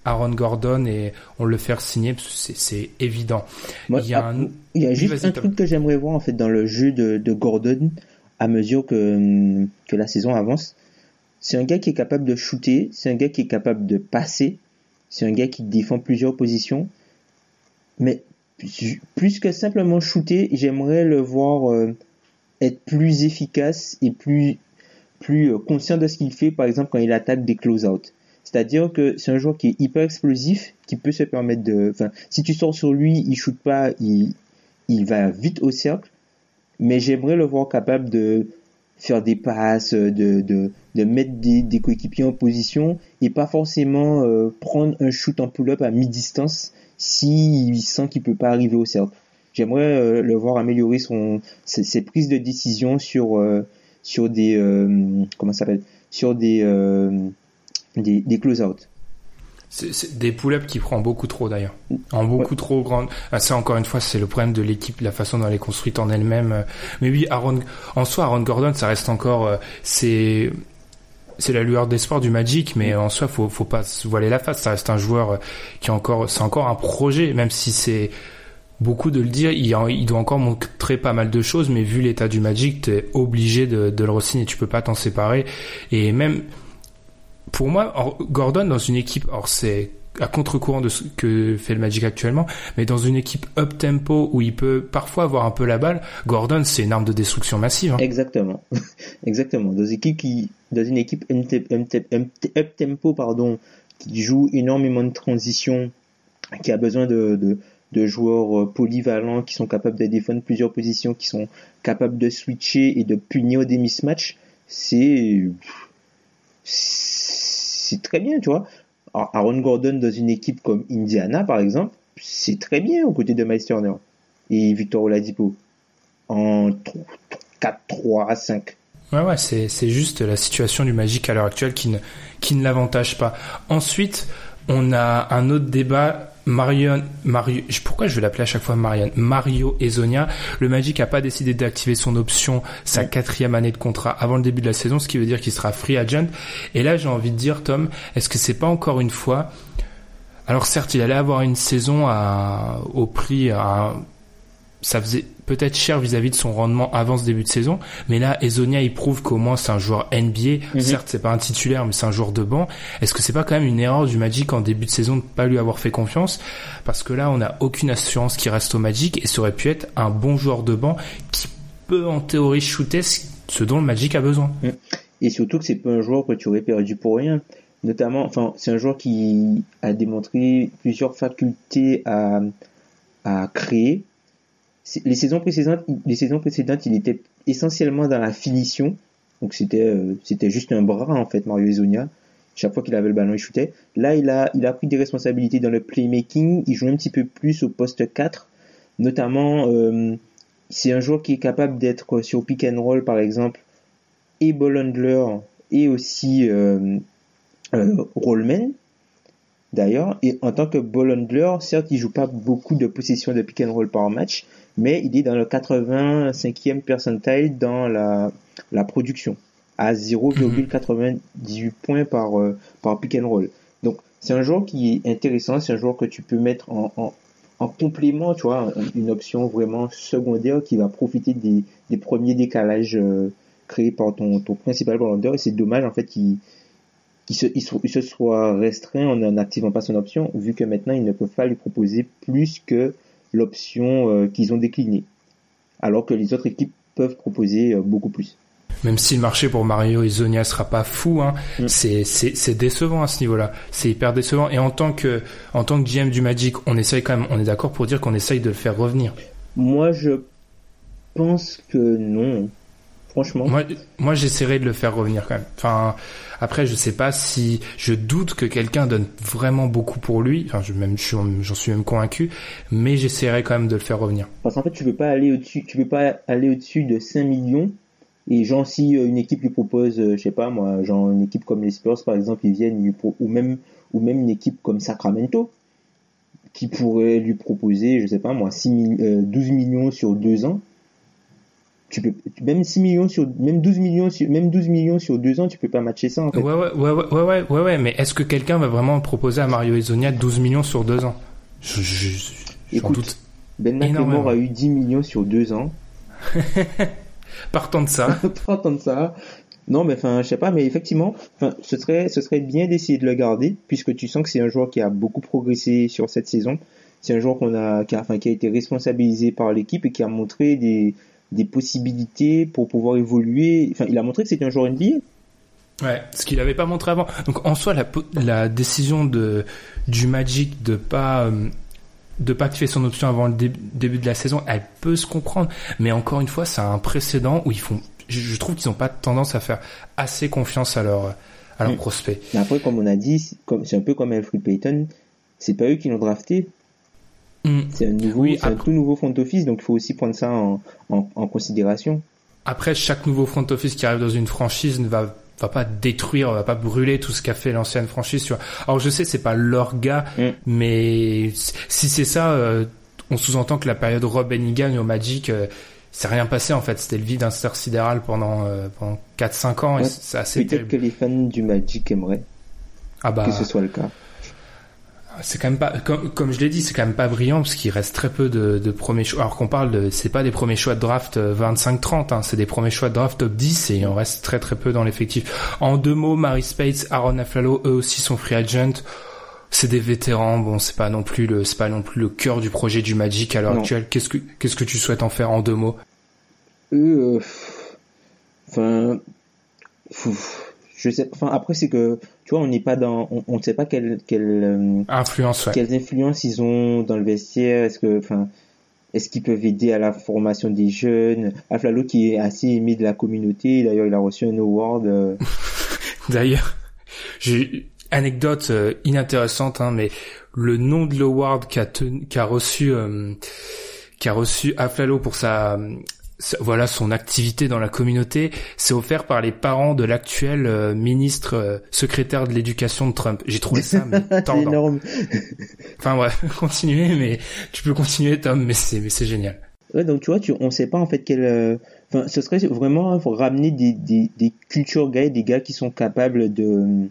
S6: Aaron Gordon et on le fait signer parce que c'est, c'est évident.
S7: Moi,
S6: il y a,
S7: ah,
S6: un...
S7: il y a
S6: oui,
S7: juste
S6: vas-y,
S7: un
S6: Tom.
S7: truc que j'aimerais voir en fait dans le jeu de, de Gordon à mesure que, que la saison avance. C'est un gars qui est capable de shooter, c'est un gars qui est capable de passer, c'est un gars qui défend plusieurs positions. Mais plus, plus que simplement shooter, j'aimerais le voir euh, être plus efficace et plus, plus euh, conscient de ce qu'il fait, par exemple quand il attaque des close-out. C'est-à-dire que c'est un joueur qui est hyper explosif, qui peut se permettre de... Enfin, si tu sors sur lui, il shoot pas, il, il va vite au cercle. Mais j'aimerais le voir capable de faire des passes, de, de, de mettre des, des coéquipiers en position et pas forcément euh, prendre un shoot en pull-up à mi-distance s'il sent qu'il peut pas arriver au cercle. J'aimerais euh, le voir améliorer son, ses, ses prises de décision sur, euh, sur des... Euh, comment ça s'appelle ? Sur des... Euh, Des, des close-out.
S6: C'est, c'est des pull-ups qui prend beaucoup trop d'ailleurs. En beaucoup ouais. trop grande. Ah, ça encore une fois, c'est le problème de l'équipe, la façon dont elle est construite en elle-même. Mais oui, Aaron, en soi, Aaron Gordon, ça reste encore, c'est, c'est la lueur d'espoir du Magic, mais en soi, faut, faut pas se voiler la face. Ça reste un joueur qui est encore, c'est encore un projet, même si c'est beaucoup de le dire, il, il doit encore montrer pas mal de choses, mais vu l'état du Magic, t'es obligé de, de le re-signer. Tu peux pas t'en séparer. Et même, pour moi, or, Gordon dans une équipe, or c'est à contre-courant de ce que fait le Magic actuellement, mais dans une équipe up-tempo où il peut parfois avoir un peu la balle, Gordon c'est une arme de destruction massive. Hein.
S7: Exactement, exactement. Dans une équipe qui, dans une équipe up-tempo pardon, qui joue énormément de transition, qui a besoin de, de, de joueurs polyvalents qui sont capables de défendre plusieurs positions, qui sont capables de switcher et de punir des mismatchs, c'est c'est très bien, tu vois. Alors, Aaron Gordon dans une équipe comme Indiana, par exemple, c'est très bien aux côtés de Miles Turner et Victor Oladipo en quatre trois à cinq.
S6: Ouais, ouais, c'est, c'est juste la situation du Magic à l'heure actuelle qui ne, qui ne l'avantage pas. Ensuite, on a un autre débat. Marion, Mario, pourquoi je vais l'appeler à chaque fois Marion, Mario Hezonja. Le Magic a pas décidé d'activer son option, sa ouais. quatrième année de contrat avant le début de la saison, ce qui veut dire qu'il sera free agent. Et là, j'ai envie de dire, Tom, est-ce que c'est pas encore une fois, alors certes, il allait avoir une saison à, au prix, à, ça faisait peut-être cher vis-à-vis de son rendement avant ce début de saison, mais là, Hezonja, il prouve qu'au moins c'est un joueur N B A. Mm-hmm. Certes, c'est pas un titulaire, mais c'est un joueur de banc. Est-ce que c'est pas quand même une erreur du Magic en début de saison de pas lui avoir fait confiance? Parce que là, on n'a aucune assurance qu'il reste au Magic et ça aurait pu être un bon joueur de banc qui peut en théorie shooter ce dont le Magic a besoin.
S7: Et surtout que c'est pas un joueur que tu aurais perdu pour rien. Notamment, enfin, c'est un joueur qui a démontré plusieurs facultés à, à créer. Les saisons précédentes, les saisons précédentes, il était essentiellement dans la finition. Donc c'était, euh, c'était juste un bras, en fait, Mario Hezonja. Chaque fois qu'il avait le ballon, il shootait. Là, il a, il a pris des responsabilités dans le playmaking. Il joue un petit peu plus au poste quatre. Notamment, euh, c'est un joueur qui est capable d'être sur pick and roll, par exemple, et ball handler, et aussi, euh, euh, rollman. D'ailleurs, et en tant que ball handler, certes, il joue pas beaucoup de possessions de pick and roll par match, mais il est dans le quatre-vingt-cinquième percentile dans la, la production, à zéro virgule quatre-vingt-dix-huit points par, euh, par pick and roll. Donc, c'est un joueur qui est intéressant, c'est un joueur que tu peux mettre en, en, en complément, tu vois, une option vraiment secondaire qui va profiter des, des premiers décalages euh, créés par ton, ton principal ball handler, et c'est dommage, en fait, qu'il qu'il se, il, il se soit restreint en n'activant pas son option, vu que maintenant ils ne peuvent pas lui proposer plus que l'option euh, qu'ils ont déclinée, alors que les autres équipes peuvent proposer euh, beaucoup plus.
S6: Même si le marché pour Mario Hezonja sera pas fou, hein, mm. c'est, c'est, c'est décevant à ce niveau-là. C'est hyper décevant. Et en tant que, en tant que G M du Magic, on essaye quand même, on est d'accord pour dire qu'on essaye de le faire revenir.
S7: Moi, je pense que non. Franchement.
S6: Moi, moi, j'essaierai de le faire revenir quand même. Enfin, après, je sais pas si, je doute que quelqu'un donne vraiment beaucoup pour lui. Enfin, je, même, je, j'en suis même convaincu, mais j'essaierai quand même de le faire revenir.
S7: Parce qu'en fait, tu veux pas aller au-dessus, tu veux pas aller au-dessus de cinq millions. Et genre, si une équipe lui propose, je sais pas, moi, genre, une équipe comme les Spurs, par exemple, ils viennent lui pro- ou même, ou même une équipe comme Sacramento, qui pourrait lui proposer, je sais pas, moi, six mille, euh, douze millions sur deux ans. tu peux, même six millions sur, même douze millions sur, même douze millions sur deux ans, tu peux pas matcher ça, en fait.
S6: Ouais, ouais, ouais, ouais, ouais, ouais, ouais, ouais, mais est-ce que quelqu'un va vraiment proposer à Mario Hezonja douze millions sur deux ans? Je, je, je, j'en
S7: Écoute,
S6: doute.
S7: Ben McLemore a eu dix millions sur deux ans.
S6: Partant de ça.
S7: Partant de ça. Non, mais enfin, je sais pas, mais effectivement, enfin, ce serait, ce serait bien d'essayer de le garder, puisque tu sens que c'est un joueur qui a beaucoup progressé sur cette saison. C'est un joueur qu'on a, qui a, enfin, qui a été responsabilisé par l'équipe et qui a montré des, des possibilités pour pouvoir évoluer. Enfin, il a montré que c'était un joueur N B A.
S6: Ouais, ce qu'il avait pas montré avant. Donc, en soi, la, la décision de, du Magic de pas, euh, de pas activer son option avant le dé- début de la saison, elle peut se comprendre. Mais encore une fois, c'est un précédent où ils font, je trouve qu'ils ont pas tendance à faire assez confiance à leurs, à leurs mmh. prospects.
S7: Mais après, comme on a dit, c'est, comme, c'est un peu comme Elfrid Payton, c'est pas eux qui l'ont drafté. Mmh. C'est un nouveau, oui, c'est après... un tout nouveau front office, donc il faut aussi prendre ça en, en, en considération.
S6: Après, chaque nouveau front office qui arrive dans une franchise ne va, va pas détruire, va pas brûler tout ce qu'a fait l'ancienne franchise, tu vois. Alors, je sais, c'est pas leur gars, mmh. mais si c'est ça, euh, on sous-entend que la période Rob Hennigan au Magic, euh, c'est rien passé, en fait. C'était le vide intersidéral pendant, euh, pendant quatre cinq ans, ouais. Et c'est assez
S7: Peut-être
S6: terrible.
S7: que les fans du Magic aimeraient
S6: ah bah,
S7: que ce soit le cas.
S6: C'est quand même pas, comme, comme je l'ai dit, c'est quand même pas brillant parce qu'il reste très peu de, de premiers choix. Alors qu'on parle de, c'est pas des premiers choix de draft vingt-cinq trente, hein, c'est des premiers choix de draft top dix et il en reste très très peu dans l'effectif. En deux mots, Mary Speights, Aaron Afflalo, eux aussi sont free agent. C'est des vétérans, bon, c'est pas non plus le, c'est pas non plus le cœur du projet du Magic à l'heure non. actuelle. Qu'est-ce que, qu'est-ce que tu souhaites en faire en deux mots?
S7: Eux, enfin, euh, je sais, enfin après c'est que tu vois on n'est pas dans, on, on ne sait pas quelle quelle euh,
S6: influence, ouais.
S7: quelles influences ils ont dans le vestiaire. Est-ce que, enfin, est-ce qu'ils peuvent aider à la formation des jeunes? Afflalo qui est assez aimé de la communauté, d'ailleurs il a reçu un award. Euh...
S6: D'ailleurs, j'ai anecdote euh, inintéressante, hein, mais le nom de l'award qu'a tenu, qu'a reçu, euh, qu'a reçu Afflalo pour sa voilà son activité dans la communauté, c'est offert par les parents de l'actuel euh, ministre euh, secrétaire de l'éducation de Trump. J'ai trouvé ça mais tordant.
S7: C'est énorme.
S6: Enfin bref, continuez, mais tu peux continuer Tom, mais c'est mais c'est génial.
S7: Ouais, donc tu vois, tu on sait pas en fait quel euh... enfin ce serait vraiment hein, faut ramener des des des culture guys, des gars qui sont capables de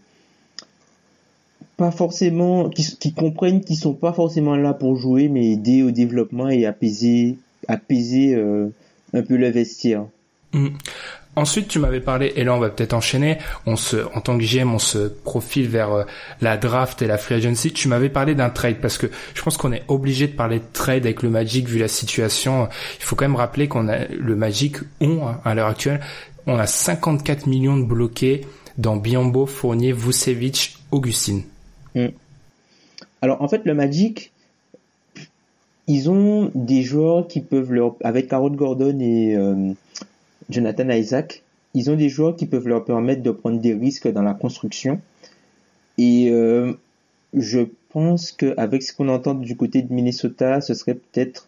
S7: pas forcément qui qui comprennent qu'ils sont pas forcément là pour jouer mais aider au développement et apaiser apaiser euh, un peu le vestiaire.
S6: Mmh. Ensuite, tu m'avais parlé, et là on va peut-être enchaîner, on se, en tant que G M, on se profile vers euh, la draft et la free agency. Tu m'avais parlé d'un trade, parce que je pense qu'on est obligé de parler de trade avec le Magic, vu la situation. Il faut quand même rappeler qu'on a, le Magic ont, hein, à l'heure actuelle, on a cinquante-quatre millions de bloqués dans Biyombo, Fournier, Vucevic, Augustine.
S7: Mmh. Alors en fait, le Magic, ils ont des joueurs qui peuvent leur, avec Aaron Gordon et euh, Jonathan Isaac, ils ont des joueurs qui peuvent leur permettre de prendre des risques dans la construction. Et euh, je pense qu'avec ce qu'on entend du côté de Minnesota, ce serait peut-être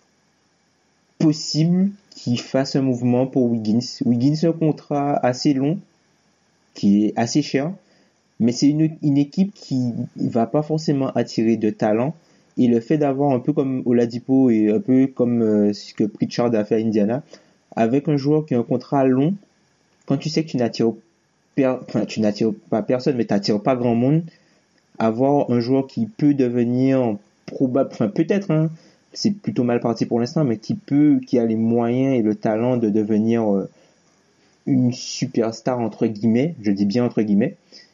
S7: possible qu'ils fassent un mouvement pour Wiggins. Wiggins a un contrat assez long, qui est assez cher, mais c'est une, une équipe qui va pas forcément attirer de talent. Et le fait d'avoir un peu comme Oladipo et un peu comme euh, ce que Pritchard a fait à Indiana, avec un joueur qui a un contrat long, quand tu sais que tu n'attires, per... enfin, tu n'attires pas personne, mais tu n'attires pas grand monde, avoir un joueur qui peut devenir probable, enfin peut-être, hein, c'est plutôt mal parti pour l'instant, mais qui peut, qui a les moyens et le talent de devenir euh, une superstar entre guillemets, je dis bien entre guillemets.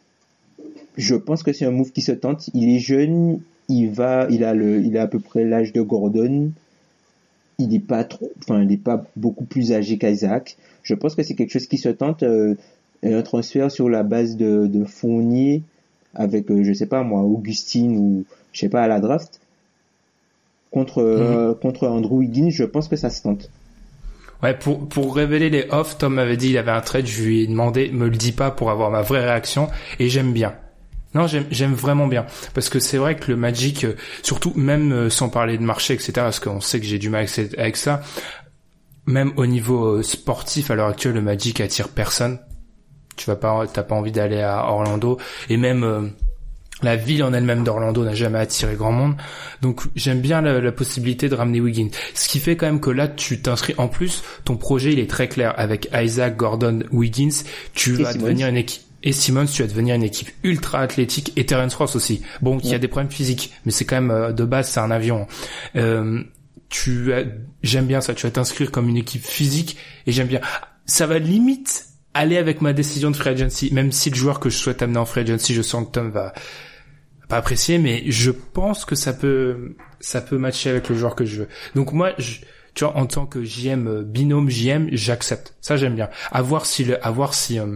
S7: Je pense que c'est un move qui se tente. Il est jeune. Il va, il a le, il a à peu près l'âge de Gordon. Il n'est pas trop, enfin, il n'est pas beaucoup plus âgé qu'Isaac. Je pense que c'est quelque chose qui se tente, euh, un transfert sur la base de, de Fournier avec, euh, je sais pas moi, Augustine ou je sais pas à la draft contre mmh. euh, contre Andrew Wiggins. Je pense que ça se tente.
S6: Ouais, pour pour révéler les offs, Tom m'avait dit il avait un trade. Je lui ai demandé, me le dis pas pour avoir ma vraie réaction, et j'aime bien. Non, j'aime, j'aime vraiment bien. Parce que c'est vrai que le Magic, euh, surtout même euh, sans parler de marché, et cetera, parce qu'on sait que j'ai du mal avec, avec ça, même au niveau euh, sportif, à l'heure actuelle, le Magic attire personne. Tu vas pas, t'as pas envie d'aller à Orlando. Et même, euh, La ville en elle-même d'Orlando n'a jamais attiré grand monde. Donc, j'aime bien la, la possibilité de ramener Wiggins. Ce qui fait quand même que là, tu t'inscris. En plus, ton projet, il est très clair. Avec Isaac, Gordon, Wiggins, tu vas devenir une équipe. Et Simmons, tu vas devenir une équipe ultra athlétique. Et Terrence Ross aussi. Bon, il ouais. y a des problèmes physiques. Mais c'est quand même, euh, de base, c'est un avion. Euh, tu as, j'aime bien ça. Tu vas t'inscrire comme une équipe physique. Et j'aime bien. Ça va limite aller avec ma décision de free agency. Même si le joueur que je souhaite amener en free agency, je sens que Tom va, pas apprécié, mais je pense que ça peut ça peut matcher avec le joueur que je veux. Donc moi, je, tu vois, en tant que J M binôme J M, j'accepte. Ça, j'aime bien. À voir si le, à voir si euh,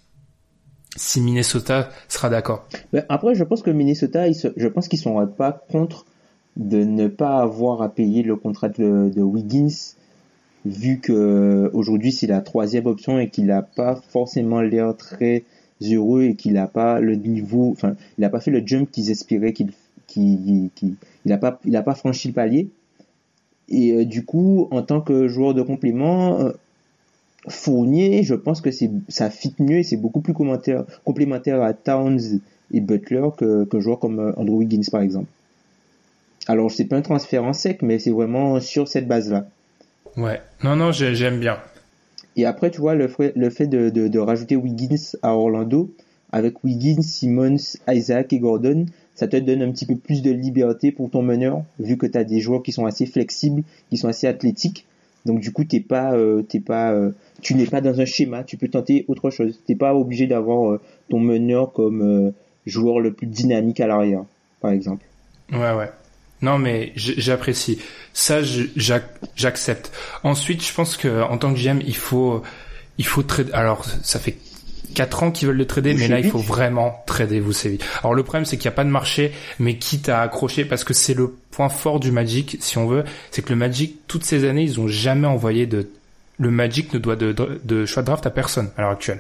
S6: si Minnesota sera d'accord.
S7: Mais après, je pense que Minnesota, ils se, je pense qu'ils sont pas contre de ne pas avoir à payer le contrat de, de Wiggins, vu que aujourd'hui c'est la troisième option et qu'il n'a pas forcément l'air très heureux et qu'il n'a pas le niveau, enfin, il n'a pas fait le jump qu'ils espéraient qu'il, qu'il, qu'il il n'a pas, il n'a pas franchi le palier. Et euh, du coup, en tant que joueur de complément, euh, Fournier, je pense que c'est, ça fit mieux et c'est beaucoup plus complémentaire, complémentaire à Towns et Butler que, que joueur comme euh, Andrew Wiggins par exemple. Alors, c'est pas un transfert en sec, mais c'est vraiment sur cette base-là.
S6: Ouais. Non, non, j'aime bien.
S7: Et après, tu vois, le fait, le fait de, de, de rajouter Wiggins à Orlando, avec Wiggins, Simmons, Isaac et Gordon, ça te donne un petit peu plus de liberté pour ton meneur, vu que tu as des joueurs qui sont assez flexibles, qui sont assez athlétiques. Donc du coup, t'es pas, euh, t'es pas, euh, tu n'es pas dans un schéma, tu peux tenter autre chose. T'es pas obligé d'avoir euh, ton meneur comme euh, joueur le plus dynamique à l'arrière, par exemple.
S6: Ouais, ouais. Non, mais j'apprécie. Ça, j'accepte. Ensuite, je pense que en tant que G M, il faut, il faut trader. Alors, ça fait quatre ans qu'ils veulent le trader, mais là, il faut vraiment trader Vucevic. Alors, le problème, c'est qu'il n'y a pas de marché, mais quitte à accrocher, parce que c'est le point fort du Magic, si on veut, c'est que le Magic, toutes ces années, ils ont jamais envoyé de, le Magic ne doit de, de, de choix de draft à personne, à l'heure actuelle.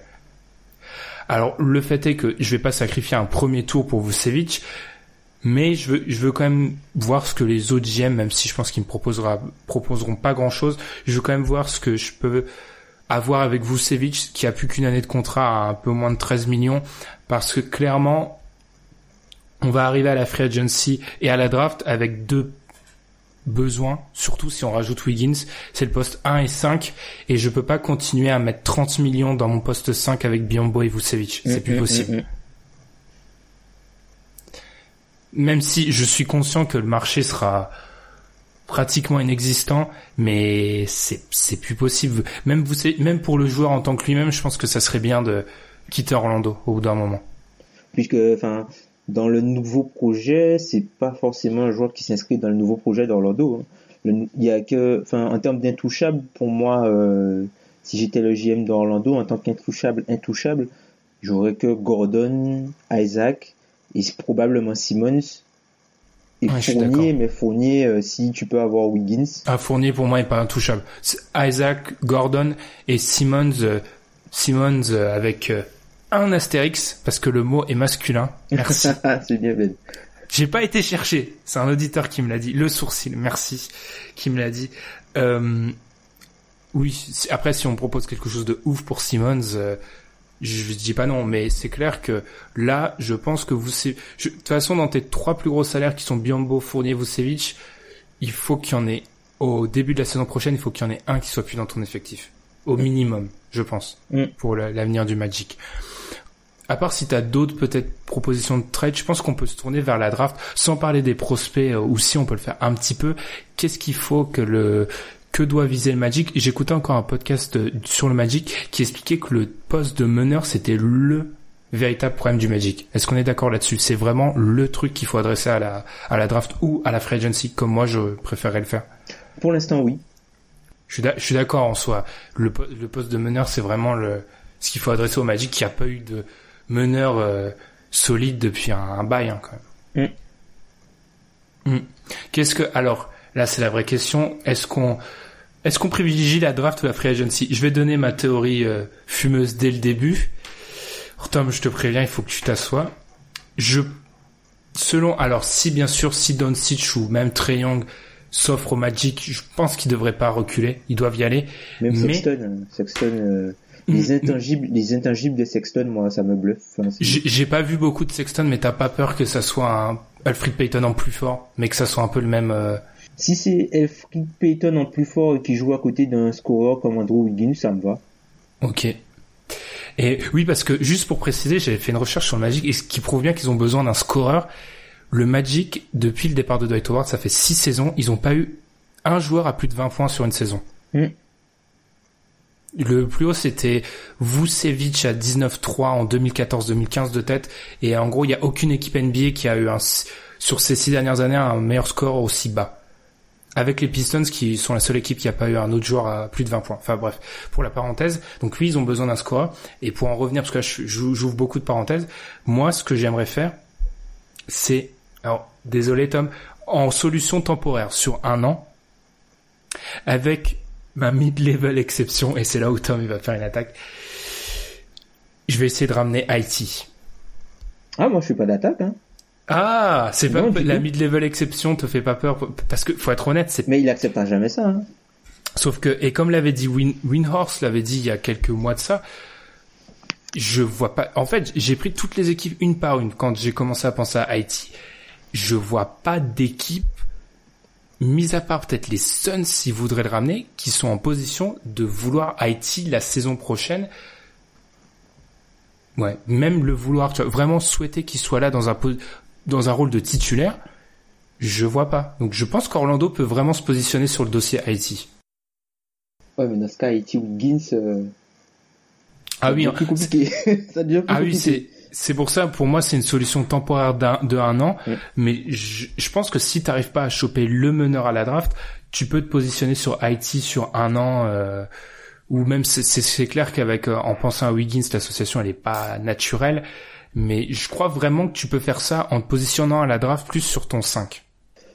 S6: Alors, le fait est que je vais pas sacrifier un premier tour pour Vucevic, mais je veux, je veux quand même voir ce que les autres G M, même si je pense qu'ils me proposera, proposeront pas grand chose, je veux quand même voir ce que je peux avoir avec Vucevic, qui a plus qu'une année de contrat à un peu moins de treize millions, parce que clairement, on va arriver à la free agency et à la draft avec deux besoins, surtout si on rajoute Wiggins, c'est le poste un et cinq, et je peux pas continuer à mettre trente millions dans mon poste cinq avec Biyombo et Vucevic, c'est mmh, plus possible. Mmh, mmh. Même si je suis conscient que le marché sera pratiquement inexistant, mais c'est c'est plus possible. Même vous, même pour le joueur en tant que lui-même, je pense que ça serait bien de quitter Orlando au bout d'un moment.
S7: Puisque, enfin, dans le nouveau projet, c'est pas forcément un joueur qui s'inscrit dans le nouveau projet d'Orlando. Il y a que, enfin, en termes d'intouchable, pour moi, euh, si j'étais le G M d'Orlando, en tant qu'intouchable, intouchable, j'aurais que Gordon, Isaac et probablement Simmons et ouais, Fournier, mais Fournier, euh, si tu peux avoir Wiggins.
S6: Ah, Fournier pour moi est pas intouchable. C'est Isaac, Gordon et Simmons, euh, Simmons euh, avec euh, un astérix parce que le mot est masculin. Merci.
S7: C'est bien belle.
S6: J'ai pas été chercher. C'est un auditeur qui me l'a dit. Le sourcil, merci, qui me l'a dit. Euh, oui. Après, si on me propose quelque chose de ouf pour Simmons. Euh, Je dis pas non, mais c'est clair que là, je pense que vous, de toute façon, dans tes trois plus gros salaires qui sont Biyombo, Fournier, Vucevic, il faut qu'il y en ait, au début de la saison prochaine, il faut qu'il y en ait un qui soit plus dans ton effectif. Au minimum, je pense, mm. pour l'avenir du Magic. À part si t'as d'autres, peut-être, propositions de trade, je pense qu'on peut se tourner vers la draft, sans parler des prospects, ou si on peut le faire un petit peu. Qu'est-ce qu'il faut que le, que doit viser le Magic? J'écoutais encore un podcast sur le Magic qui expliquait que le poste de meneur, c'était le véritable problème du Magic. Est-ce qu'on est d'accord là-dessus? C'est vraiment le truc qu'il faut adresser à la, à la draft ou à la free agency, comme moi je préférerais le faire.
S7: Pour l'instant, oui.
S6: Je suis, je suis d'accord en soi. Le, le poste de meneur, c'est vraiment le, ce qu'il faut adresser au Magic, qui a pas eu de meneur euh, solide depuis un, un bail, hein, quand même. Mm. Mm. Qu'est-ce que, alors, là, c'est la vraie question. Est-ce qu'on, est-ce qu'on privilégie la draft ou la free agency? Je vais donner ma théorie euh, fumeuse dès le début. Tom, je te préviens, il faut que tu t'assoies. Je, selon, alors, si bien sûr, si Doncic ou même Trae Young s'offre au Magic, je pense qu'ils devraient pas reculer. Ils doivent y aller.
S7: Même mais... Sexton, Sexton, euh, les intangibles, les intangibles de Sexton, moi, ça me bluffe. Enfin,
S6: j'ai, j'ai pas vu beaucoup de Sexton, mais t'as pas peur que ça soit un Elfrid Payton en plus fort, mais que ça soit un peu le même. Euh...
S7: Si c'est Elfrid Payton en plus fort et qui joue à côté d'un scoreur comme Andrew Wiggins, ça me va.
S6: Ok. Et oui, parce que juste pour préciser, j'avais fait une recherche sur le Magic et ce qui prouve bien qu'ils ont besoin d'un scoreur. Le Magic, depuis le départ de Dwight Howard, ça fait six saisons, ils ont pas eu un joueur à plus de vingt points sur une saison. Mm. Le plus haut, c'était Vucevic à dix-neuf trois en deux mille quatorze deux mille quinze de tête. Et en gros, il y a aucune équipe N B A qui a eu un, sur ces six dernières années un meilleur score aussi bas. Avec les Pistons qui sont la seule équipe qui a pas eu un autre joueur à plus de vingt points. Enfin bref, pour la parenthèse. Donc oui, ils ont besoin d'un scoreur. Et pour en revenir, parce que là, j'ouvre beaucoup de parenthèses. Moi, ce que j'aimerais faire, c'est, alors, désolé Tom, en solution temporaire sur un an, avec ma mid-level exception, et c'est là où Tom il va faire une attaque, je vais essayer de ramener I T.
S7: Ah, moi je suis pas d'attaque, hein.
S6: Ah, c'est pas,
S7: non,
S6: la mid-level exception te fait pas peur, parce que, faut être honnête, c'est...
S7: Mais il acceptera jamais ça, hein.
S6: Sauf que, et comme l'avait dit Win, Windhorst, l'avait dit il y a quelques mois de ça, je vois pas, en fait, j'ai pris toutes les équipes une par une quand j'ai commencé à penser à I T. Je vois pas d'équipe, mis à part peut-être les Suns s'ils voudraient le ramener, qui sont en position de vouloir I T la saison prochaine. Ouais, même le vouloir, tu vois, vraiment souhaiter qu'il soit là dans un dans un rôle de titulaire, je vois pas. Donc je pense qu'Orlando peut vraiment se positionner sur le dossier I T.
S7: Ouais, mais dans ce cas, I T Wiggins, euh,
S6: ah
S7: ça
S6: oui,
S7: devient plus compliqué. Ça devient plus
S6: ah
S7: compliqué.
S6: oui, c'est c'est pour ça, pour moi, c'est une solution temporaire d'un, de un an.
S7: Ouais.
S6: Mais je, je pense que si t'arrives pas à choper le meneur à la draft, tu peux te positionner sur I T sur un an. Euh, ou même c'est, c'est, c'est clair qu'avec euh, en pensant à Wiggins, l'association elle est pas naturelle. Mais je crois vraiment que tu peux faire ça en te positionnant à la draft plus sur ton cinq.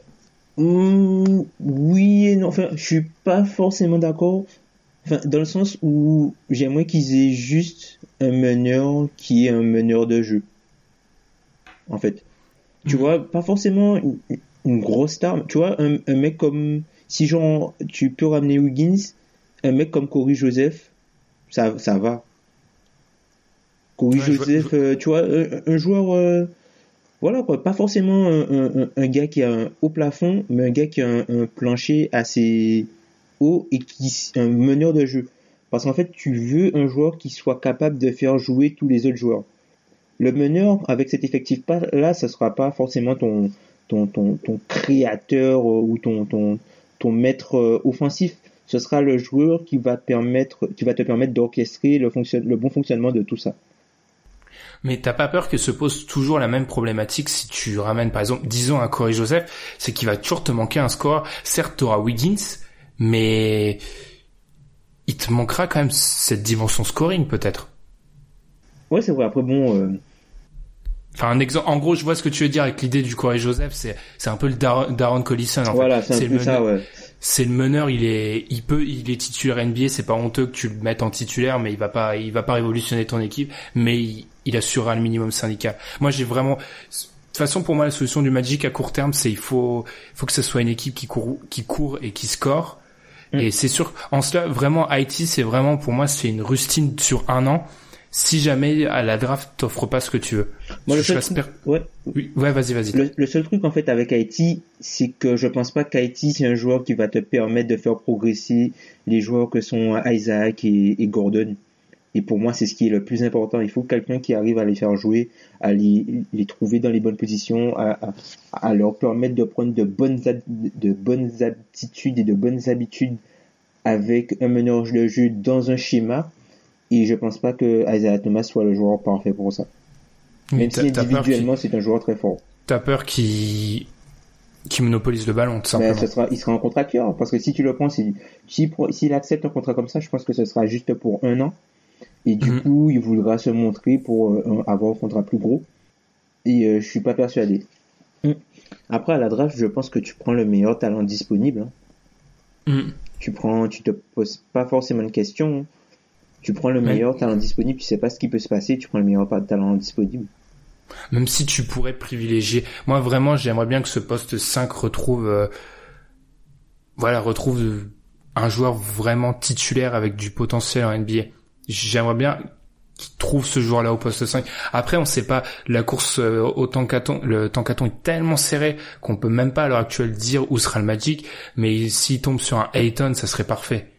S7: Mmh, oui et non. Enfin, je suis pas forcément d'accord. Enfin, dans le sens où j'aimerais qu'ils aient juste un meneur qui est un meneur de jeu. En fait. Tu mmh. vois, pas forcément une, une grosse star. Tu vois, un, un mec comme... Si genre, tu peux ramener Wiggins, un mec comme Corey Joseph, ça, ça va. Corey ouais, Joseph, je... euh, tu vois, un, un joueur... Euh, voilà quoi, pas forcément un, un, un gars qui a un haut plafond, mais un gars qui a un, un plancher assez... haut et qui un meneur de jeu, parce qu'en fait tu veux un joueur qui soit capable de faire jouer tous les autres joueurs. Le meneur avec cet effectif là, ça sera pas forcément ton ton ton ton créateur ou ton ton ton maître offensif, ce sera le joueur qui va permettre qui va te permettre d'orchestrer le fonction le bon fonctionnement de tout ça.
S6: Mais t'as pas peur que se pose toujours la même problématique si tu ramènes par exemple disons un Corey Joseph, c'est qu'il va toujours te manquer un score. Certes t'auras Wiggins, mais il te manquera quand même cette dimension scoring peut-être.
S7: Ouais, c'est vrai. Après bon. Euh...
S6: Enfin un exemple. En gros, je vois ce que tu veux dire avec l'idée du Corey Joseph. C'est c'est un peu le Dar- Darren Collison. En
S7: voilà,
S6: fait.
S7: c'est,
S6: c'est
S7: un peu
S6: le
S7: ça.
S6: meneur,
S7: Ouais.
S6: C'est le meneur. Il est, il peut, il est titulaire N B A. C'est pas honteux que tu le mettes en titulaire, mais il va pas, il va pas révolutionner ton équipe. Mais il, il assurera le minimum syndical. Moi, j'ai vraiment. De toute façon, pour moi, la solution du Magic à court terme, c'est il faut, il faut que ce soit une équipe qui court, qui court et qui score. Mm. Et c'est sûr, en cela, vraiment, I T, c'est vraiment, pour moi, c'est une rustine sur un an. Si jamais, à la draft, t'offres pas ce que tu veux.
S7: Moi, le
S6: je
S7: seul truc,
S6: per...
S7: ouais.
S6: Oui, ouais, vas-y, vas-y.
S7: Le, le seul truc, en fait, avec I T, c'est que je pense pas qu'I T, c'est un joueur qui va te permettre de faire progresser les joueurs que sont Isaac et, et Gordon. Et pour moi, c'est ce qui est le plus important. Il faut quelqu'un qui arrive à les faire jouer, à les, les trouver dans les bonnes positions, à, à, à leur permettre de prendre de bonnes, de bonnes aptitudes et de bonnes habitudes avec un meneur de jeu dans un schéma. Et je pense pas que Isaiah Thomas soit le joueur parfait pour ça.
S6: Mais
S7: Même si individuellement, c'est un joueur très fort.
S6: T'as peur qu'il, qu'il monopolise le ballon, tout simplement.
S7: Mais ce sera, il sera en contrat cœur, parce que si tu le prends, s'il, s'il, s'il accepte un contrat comme ça, je pense que ce sera juste pour un an. Et du mmh. coup, il voudra se montrer pour euh, avoir un contrat plus gros. Et euh, je suis pas persuadé. Mmh. Après, à la draft, je pense que tu prends le meilleur talent disponible. Hein. Mmh. Tu prends, tu te poses pas forcément de questions. Hein. Tu prends le meilleur mmh. talent disponible, tu sais pas ce qui peut se passer, tu prends le meilleur talent disponible.
S6: Même si tu pourrais privilégier. Moi, vraiment, j'aimerais bien que ce poste cinq retrouve, euh, voilà, retrouve un joueur vraiment titulaire avec du potentiel en N B A. j'aimerais bien qu'il trouve ce joueur-là au poste cinq. Après, on sait pas, la course euh, au tankathon, le tankathon est tellement serré qu'on peut même pas à l'heure actuelle dire où sera le Magic, mais s'il tombe sur un Ayton, ça serait parfait.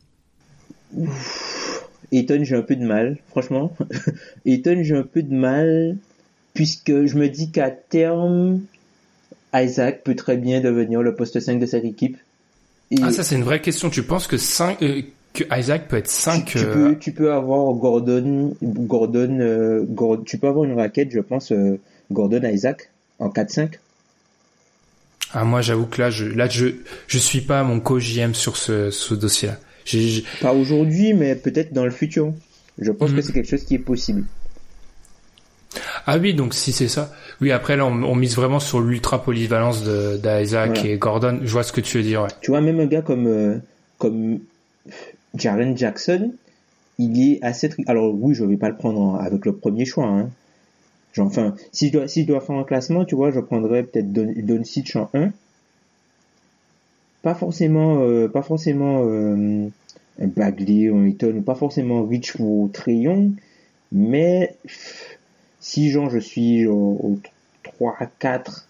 S7: Ayton, j'ai un peu de mal, franchement. Ayton, j'ai un peu de mal, puisque je me dis qu'à terme, Isaac peut très bien devenir le poste cinq de cette équipe. Et
S6: ah, ça, c'est une vraie question. Tu penses que cinq, euh, que Isaac peut être cinq,
S7: tu, tu
S6: euh...
S7: peux, tu peux avoir Gordon, Gordon, euh, Gordon, tu peux avoir une raquette, je pense, euh, Gordon Isaac, en quatre cinq.
S6: Ah, moi, j'avoue que là, je, là, je, je suis pas mon co-J M sur ce, ce dossier-là. J'ai, j'ai...
S7: Pas aujourd'hui, mais peut-être dans le futur. Je pense mmh. que c'est quelque chose qui est possible.
S6: Ah oui, donc si c'est ça. Oui, après là, on, on mise vraiment sur l'ultra polyvalence de d'Isaac voilà. et Gordon. Je vois ce que tu veux dire. Ouais.
S7: Tu vois, même un gars comme euh, comme Jaren Jackson, il est assez. Tri... Alors oui, je vais pas le prendre avec le premier choix. Hein. Genre, enfin, si je dois si je dois faire un classement, tu vois, je prendrais peut-être Don, Doncic en un. Pas forcément, euh, pas forcément euh, un Bagley ou un Ayton, ou pas forcément Rich ou Trae Young, mais si genre je suis au, au trois quatre,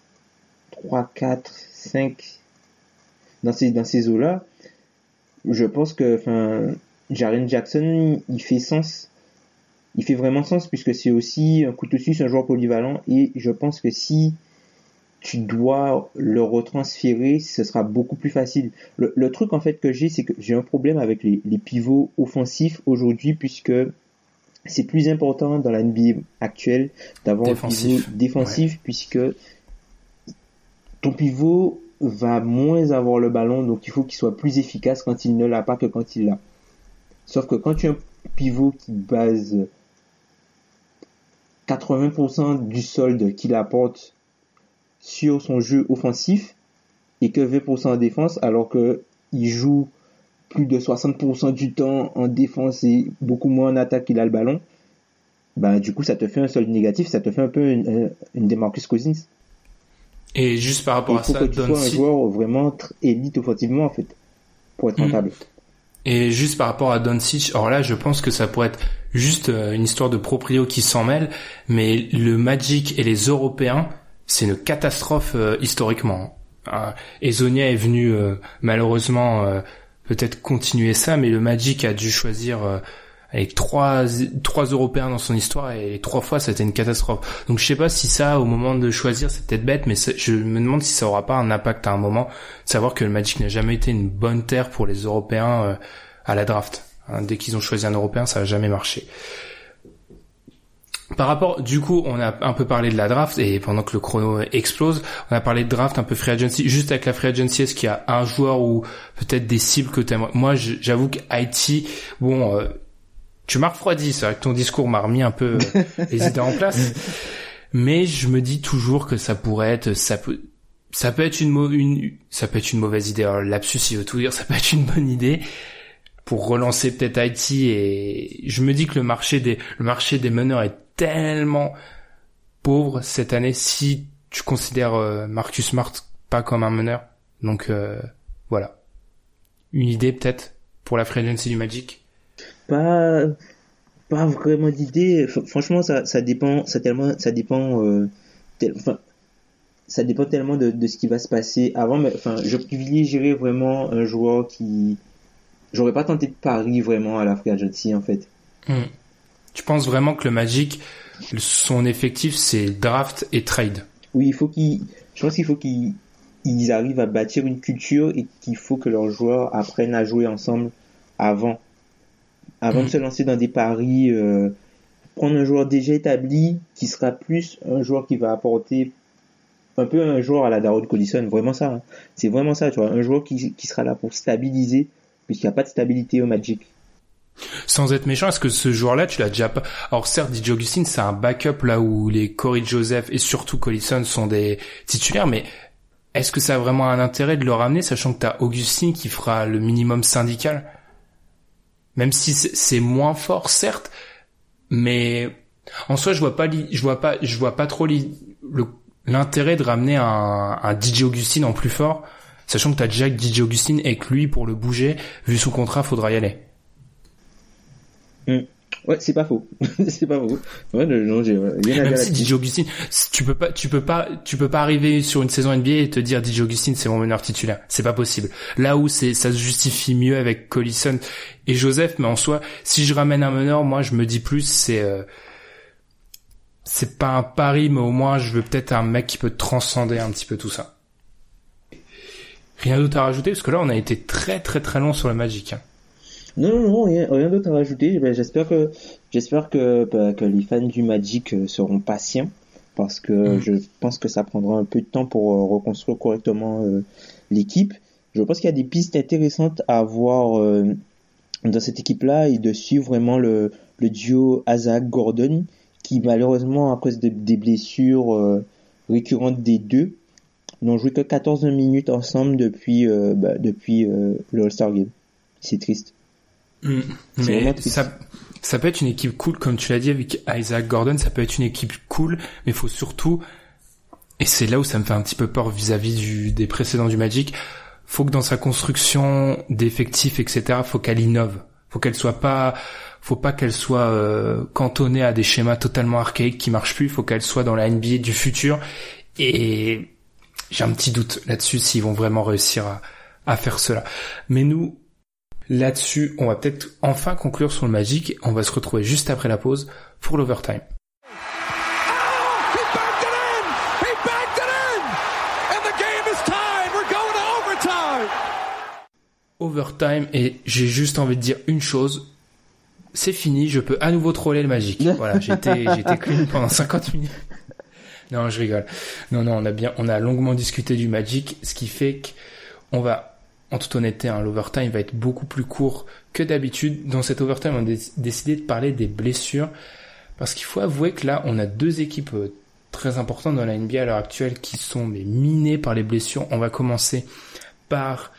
S7: cinq dans ces dans ces eaux-là, je pense que enfin Jaren Jackson, il fait sens. Il fait vraiment sens puisque c'est aussi un couteau suisse, un joueur polyvalent, et je pense que si tu dois le retransférer, ce sera beaucoup plus facile. Le, le truc en fait que j'ai, c'est que j'ai un problème avec les, les pivots offensifs aujourd'hui puisque c'est plus important dans la N B A actuelle d'avoir défensif. un pivot défensif ouais. puisque ton pivot va moins avoir le ballon, donc il faut qu'il soit plus efficace quand il ne l'a pas que quand il l'a. Sauf que quand tu as un pivot qui base quatre-vingts pour cent du solde qu'il apporte sur son jeu offensif et que vingt pour cent en défense, alors que il joue plus de soixante pour cent du temps en défense et beaucoup moins en attaque qu'il a le ballon, bah du coup ça te fait un solde négatif, ça te fait un peu une, une DeMarcus Cousins. Et juste par rapport à ça, il faut que tu sois un joueur vraiment élite offensivement en fait pour être rentable. Mmh.
S6: Et juste par rapport à Doncic, alors là je pense que ça pourrait être juste une histoire de proprio qui s'en mêle, mais le Magic et les Européens, c'est une catastrophe euh, historiquement. Euh, Ezonia est venu euh, malheureusement euh, peut-être continuer ça, mais le Magic a dû choisir euh, avec trois trois Européens dans son histoire et trois fois c'était une catastrophe. Donc je sais pas si ça au moment de choisir c'est peut-être bête, mais ça, je me demande si ça aura pas un impact à un moment, de savoir que le Magic n'a jamais été une bonne terre pour les Européens euh, à la draft. Hein, dès qu'ils ont choisi un Européen, ça a jamais marché. Par rapport, du coup, on a un peu parlé de la draft et pendant que le chrono explose, on a parlé de draft, un peu free agency. Juste avec la free agency, est-ce qu'il y a un joueur ou peut-être des cibles que t'aimes? Moi, j'avoue que Haïti, bon, euh, tu m'as refroidi. C'est vrai que ton discours m'a remis un peu euh, les idées en place. Mais je me dis toujours que ça pourrait être, ça peut, ça peut être une, mau- une ça peut être une mauvaise idée. Alors, lapsus, il veut tout dire, ça peut être une bonne idée pour relancer peut-être Haïti. Et je me dis que le marché des, le marché des meneurs est tellement pauvre cette année si tu considères euh, Marcus Smart pas comme un meneur. Donc euh, voilà. Une idée peut-être pour la free agency du Magic?
S7: Pas pas vraiment d'idée. F- franchement ça ça dépend ça tellement ça dépend euh, tel, enfin ça dépend tellement de de ce qui va se passer avant, mais enfin je privilégierais vraiment un joueur qui j'aurais pas tenté de pari vraiment à la free agency en fait.
S6: Mmh. Tu penses vraiment que le Magic, son effectif, c'est draft et trade?
S7: Oui, il faut qu'ils, je pense qu'il faut qu'ils ils arrivent à bâtir une culture et qu'il faut que leurs joueurs apprennent à jouer ensemble avant, avant mmh. de se lancer dans des paris. Euh, prendre un joueur déjà établi qui sera plus un joueur qui va apporter un peu un joueur à la Darren Collison, vraiment ça. Hein. C'est vraiment ça, tu vois, un joueur qui qui sera là pour stabiliser, puisqu'il n'y a pas de stabilité au Magic.
S6: Sans être méchant, est-ce que ce joueur-là, tu l'as déjà pas... Alors certes, D J Augustin, c'est un backup là où les Corey Joseph et surtout Collison sont des titulaires, mais est-ce que ça a vraiment un intérêt de le ramener, sachant que t'as Augustin qui fera le minimum syndical? Même si c'est, c'est moins fort, certes, mais en soi, je vois pas, li... je vois pas, je vois pas trop li... le... l'intérêt de ramener un, un D J Augustin en plus fort, sachant que t'as déjà D J Augustin et que lui, pour le bouger, vu son contrat, faudra y aller.
S7: Mmh. Ouais, c'est pas faux. c'est pas faux. Ouais, non, j'ai rien à
S6: Même
S7: dire
S6: si D J Augustin, tu peux pas, tu peux pas, tu peux pas arriver sur une saison N B A et te dire D J Augustin c'est mon meneur titulaire. C'est pas possible. Là où c'est, ça se justifie mieux avec Collison et Joseph, mais en soi, si je ramène un meneur, moi je me dis plus, c'est, euh, c'est pas un pari, mais au moins je veux peut-être un mec qui peut transcender un petit peu tout ça. Rien d'autre à rajouter parce que là on a été très très très long sur le Magic. Hein.
S7: Non, non, non, rien, rien d'autre à rajouter. Ben, j'espère que, j'espère que, ben, que les fans du Magic seront patients parce que mmh. je pense que ça prendra un peu de temps pour euh, reconstruire correctement euh, l'équipe. Je pense qu'il y a des pistes intéressantes à avoir euh, dans cette équipe-là et de suivre vraiment le, le duo Isaac-Gordon qui malheureusement à cause de, des blessures euh, récurrentes des deux n'ont joué que quatorze minutes ensemble depuis, euh, ben, depuis euh, le All-Star Game. C'est triste.
S6: Mmh. Mais ça, ça peut être une équipe cool, comme tu l'as dit avec Isaac Gordon, ça peut être une équipe cool, mais il faut surtout, et c'est là où ça me fait un petit peu peur vis-à-vis du, des précédents du Magic, faut que dans sa construction d'effectifs, et cetera, faut qu'elle innove. Faut qu'elle soit pas, faut pas qu'elle soit euh, cantonnée à des schémas totalement archaïques qui marchent plus, faut qu'elle soit dans la N B A du futur, et j'ai un petit doute là-dessus s'ils vont vraiment réussir à, à faire cela. Mais nous, là-dessus, on va peut-être enfin conclure sur le Magic. On va se retrouver juste après la pause pour l'overtime. Overtime, et j'ai juste envie de dire une chose. C'est fini, je peux à nouveau troller le Magic. Voilà, j'étais, j'étais clean pendant cinquante minutes. Non, je rigole. Non, non, on a bien, on a longuement discuté du Magic, ce qui fait qu'on va, en toute honnêteté, hein, l'overtime va être beaucoup plus court que d'habitude. Dans cet overtime, on a dé- décidé de parler des blessures. Parce qu'il faut avouer que là, on a deux équipes euh, très importantes dans la N B A à l'heure actuelle qui sont mais, minées par les blessures. On va commencer par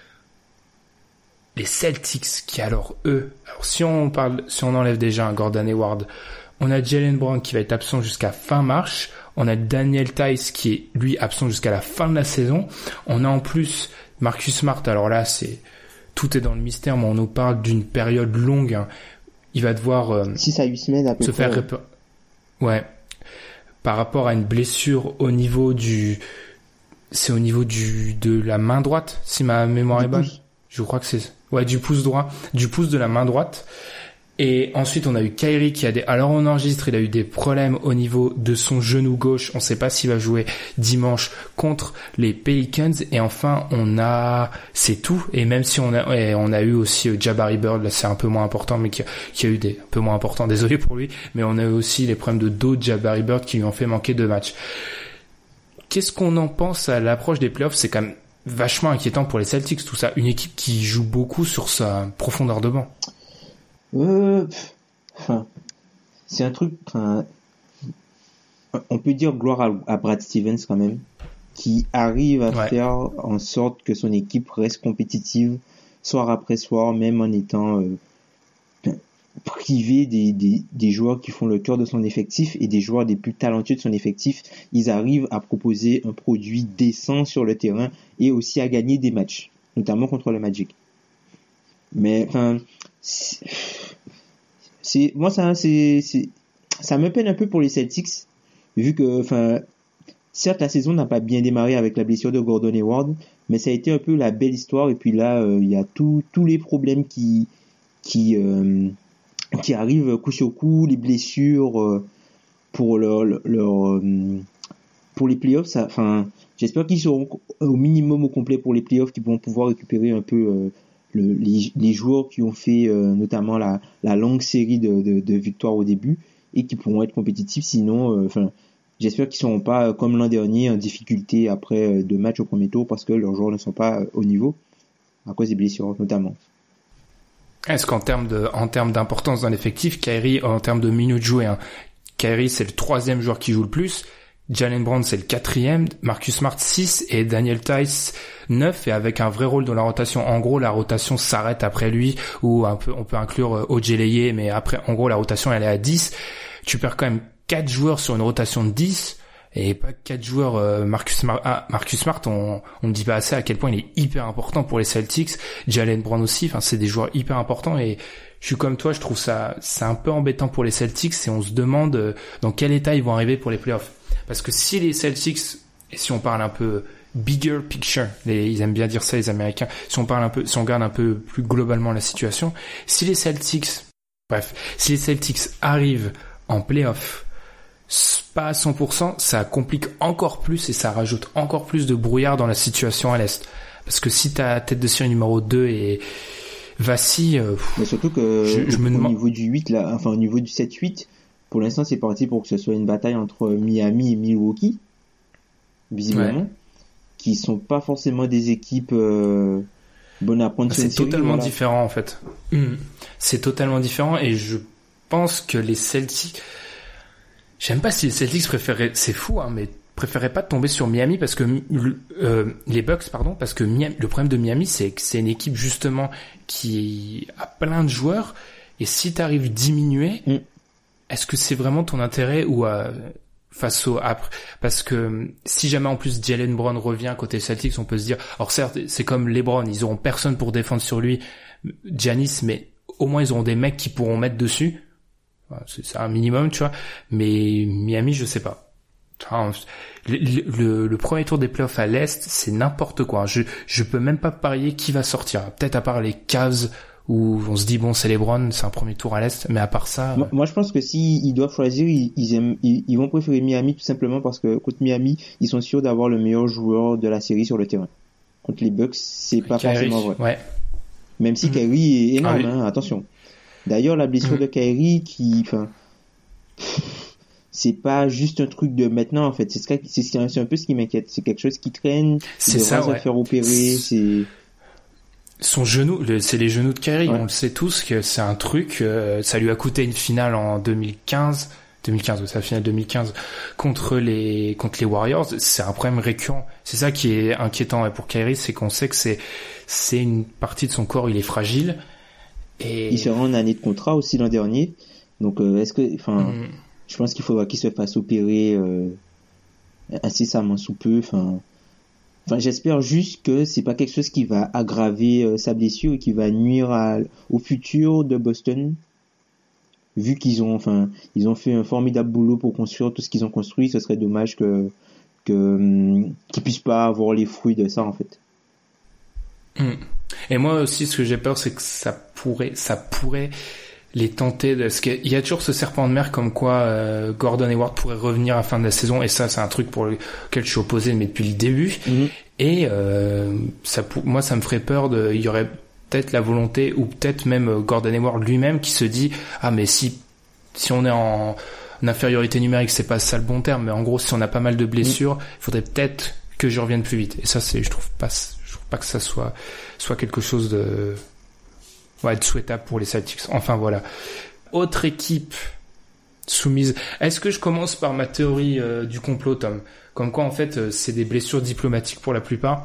S6: les Celtics qui, alors, eux... Alors, si on parle, si on enlève déjà un Gordon Hayward, on a Jaylen Brown qui va être absent jusqu'à fin mars. On a Daniel Theis qui est, lui, absent jusqu'à la fin de la saison. On a en plus... Marcus Smart, alors là, c'est tout est dans le mystère, mais on nous parle d'une période longue. Hein. Il va devoir euh,
S7: six à huit semaines à peu
S6: se
S7: près.
S6: faire répa- ouais. Par rapport à une blessure au niveau du, c'est au niveau du de la main droite, si ma mémoire
S7: du
S6: est bonne.
S7: pouce.
S6: Je crois que c'est ouais du pouce droit, du pouce de la main droite. Et ensuite, on a eu Kyrie qui a des... Alors, on enregistre, il a eu des problèmes au niveau de son genou gauche. On ne sait pas s'il va jouer dimanche contre les Pelicans. Et enfin, on a... C'est tout. Et même si on a, et on a eu aussi Jabari Bird, là, c'est un peu moins important, mais qui a, qui a eu des... Un peu moins important, désolé pour lui. Mais on a eu aussi les problèmes de dos de Jabari Bird qui lui ont fait manquer deux matchs. Qu'est-ce qu'on en pense à l'approche des playoffs? C'est quand même vachement inquiétant pour les Celtics, tout ça. Une équipe qui joue beaucoup sur sa profondeur de banc.
S7: Euh, enfin, c'est un truc, enfin, on peut dire gloire à, à Brad Stevens quand même, qui arrive à ouais. faire en sorte que son équipe reste compétitive soir après soir, même en étant euh, privé des, des, des joueurs qui font le cœur de son effectif et des joueurs des plus talentueux de son effectif. Ils arrivent à proposer un produit décent sur le terrain et aussi à gagner des matchs, notamment contre le Magic. Mais enfin, c'est, c'est moi ça c'est, c'est ça me peine un peu pour les Celtics vu que enfin certes la saison n'a pas bien démarré avec la blessure de Gordon Hayward, mais ça a été un peu la belle histoire et puis là il euh, y a tout, tous les problèmes qui qui euh, qui arrivent coup sur coup, les blessures euh, pour leur leur euh, pour les playoffs, ça enfin j'espère qu'ils seront au minimum au complet pour les playoffs, qu'ils vont pouvoir récupérer un peu euh, Le, les, les joueurs qui ont fait euh, notamment la, la longue série de, de, de victoires au début et qui pourront être compétitifs, sinon enfin euh, j'espère qu'ils seront pas euh, comme l'an dernier en difficulté après euh, deux matchs au premier tour parce que leurs joueurs ne sont pas euh, au niveau à cause des blessures notamment.
S6: Est-ce qu'en termes de en termes d'importance dans l'effectif, Kyrie en termes de minutes jouées, hein, Kyrie c'est le troisième joueur qui joue le plus, Jaylen Brown c'est le quatrième, Marcus Smart six et Daniel Theis neuf, et avec un vrai rôle dans la rotation. En gros, la rotation s'arrête après lui, ou un peu, on peut inclure Ojeleye, mais après, en gros, la rotation elle est à dix. Tu perds quand même quatre joueurs sur une rotation de dix, et pas quatre joueurs. euh, Marcus Smart, ah, Marcus Smart, on on ne dit pas assez à quel point il est hyper important pour les Celtics. Jaylen Brown aussi, enfin c'est des joueurs hyper importants, et je suis comme toi, je trouve ça, c'est un peu embêtant pour les Celtics et on se demande euh, dans quel état ils vont arriver pour les playoffs. Parce que si les Celtics, et si on parle un peu bigger picture, les, ils aiment bien dire ça les Américains, si on parle un peu, si on regarde un peu plus globalement la situation, si les Celtics, bref, si les Celtics arrivent en playoffs, pas à cent pour cent, ça complique encore plus et ça rajoute encore plus de brouillard dans la situation à l'Est. Parce que si ta tête de série numéro deux est vacille, euh,
S7: mais surtout que
S6: je, je me
S7: au
S6: demande...
S7: niveau du huit là, enfin au niveau du sept huit, pour l'instant c'est parti pour que ce soit une bataille entre Miami et Milwaukee, visiblement, ouais. qui sont pas forcément des équipes euh, bonnes à prendre sur une
S6: série. C'est totalement voilà. différent en fait. Mmh. C'est totalement différent et je pense que les Celtics, j'aime pas si les Celtics préféraient, c'est fou hein, mais préféraient pas tomber sur Miami parce que euh, les Bucks pardon parce que Miami, le problème de Miami c'est que c'est une équipe justement qui a plein de joueurs et si t'arrives diminué, mm. est-ce que c'est vraiment ton intérêt ou à, face au après parce que si jamais en plus Jaylen Brown revient côté Celtics, on peut se dire alors certes c'est comme LeBron, ils auront personne pour défendre sur lui, Giannis, mais au moins ils auront des mecs qui pourront mettre dessus. C'est un minimum, tu vois. Mais Miami, je sais pas. Enfin, le, le, le premier tour des playoffs à l'Est, c'est n'importe quoi. Je, je peux même pas parier qui va sortir. Peut-être à part les Cavs où on se dit bon, c'est LeBron, c'est un premier tour à l'Est. Mais à part ça.
S7: Moi, moi je pense que si ils doivent choisir, ils, ils aiment, ils, ils vont préférer Miami tout simplement parce que contre Miami, ils sont sûrs d'avoir le meilleur joueur de la série sur le terrain. Contre les Bucks, c'est pas
S6: Kyrie,
S7: forcément vrai.
S6: Ouais.
S7: Même si mmh. Kyrie est énorme, ah, oui. hein, attention. D'ailleurs, la blessure mmh. de Kyrie, qui, enfin, c'est pas juste un truc de maintenant, en fait. C'est, ce, c'est, c'est un peu ce qui m'inquiète. C'est quelque chose qui traîne.
S6: C'est ça, ouais.
S7: Se faire opérer. C'est...
S6: Son genou, le, c'est les genoux de Kyrie. Ouais. On le sait tous que c'est un truc, euh, ça lui a coûté une finale en deux mille quinze. deux mille quinze, c'est la finale deux mille quinze contre les, contre les Warriors. C'est un problème récurrent. C'est ça qui est inquiétant pour Kyrie, c'est qu'on sait que c'est, c'est une partie de son corps, il est fragile. Et...
S7: Il sera en année de contrat aussi l'an dernier. Donc, euh, est-ce que, enfin, mm. je pense qu'il faudra qu'il se fasse opérer euh, incessamment sous peu. Enfin, enfin, j'espère juste que c'est pas quelque chose qui va aggraver euh, sa blessure et qui va nuire à, au futur de Boston. Vu qu'ils ont, enfin, ils ont fait un formidable boulot pour construire tout ce qu'ils ont construit, ce serait dommage que, que hum, qu'ils puissent pas avoir les fruits de ça en fait.
S6: Mm. Et moi aussi, ce que j'ai peur, c'est que ça pourrait, ça pourrait les tenter de, parce qu'il y a toujours ce serpent de mer comme quoi euh, Gordon Hayward pourrait revenir à la fin de la saison, et ça, c'est un truc pour lequel je suis opposé, mais depuis le début. Mm-hmm. Et euh, ça, moi, ça me ferait peur de, il y aurait peut-être la volonté, ou peut-être même Gordon Hayward lui-même qui se dit, ah mais si, si on est en, en infériorité numérique, c'est pas ça le bon terme, mais en gros, si on a pas mal de blessures, il mm-hmm. faudrait peut-être que je revienne plus vite. Et ça, c'est, je trouve pas. Pas que ça soit soit quelque chose de ouais, de souhaitable pour les Celtics. Enfin voilà. Autre équipe soumise. Est-ce que je commence par ma théorie euh, du complot, Tom ? Comme quoi en fait euh, c'est des blessures diplomatiques pour la plupart.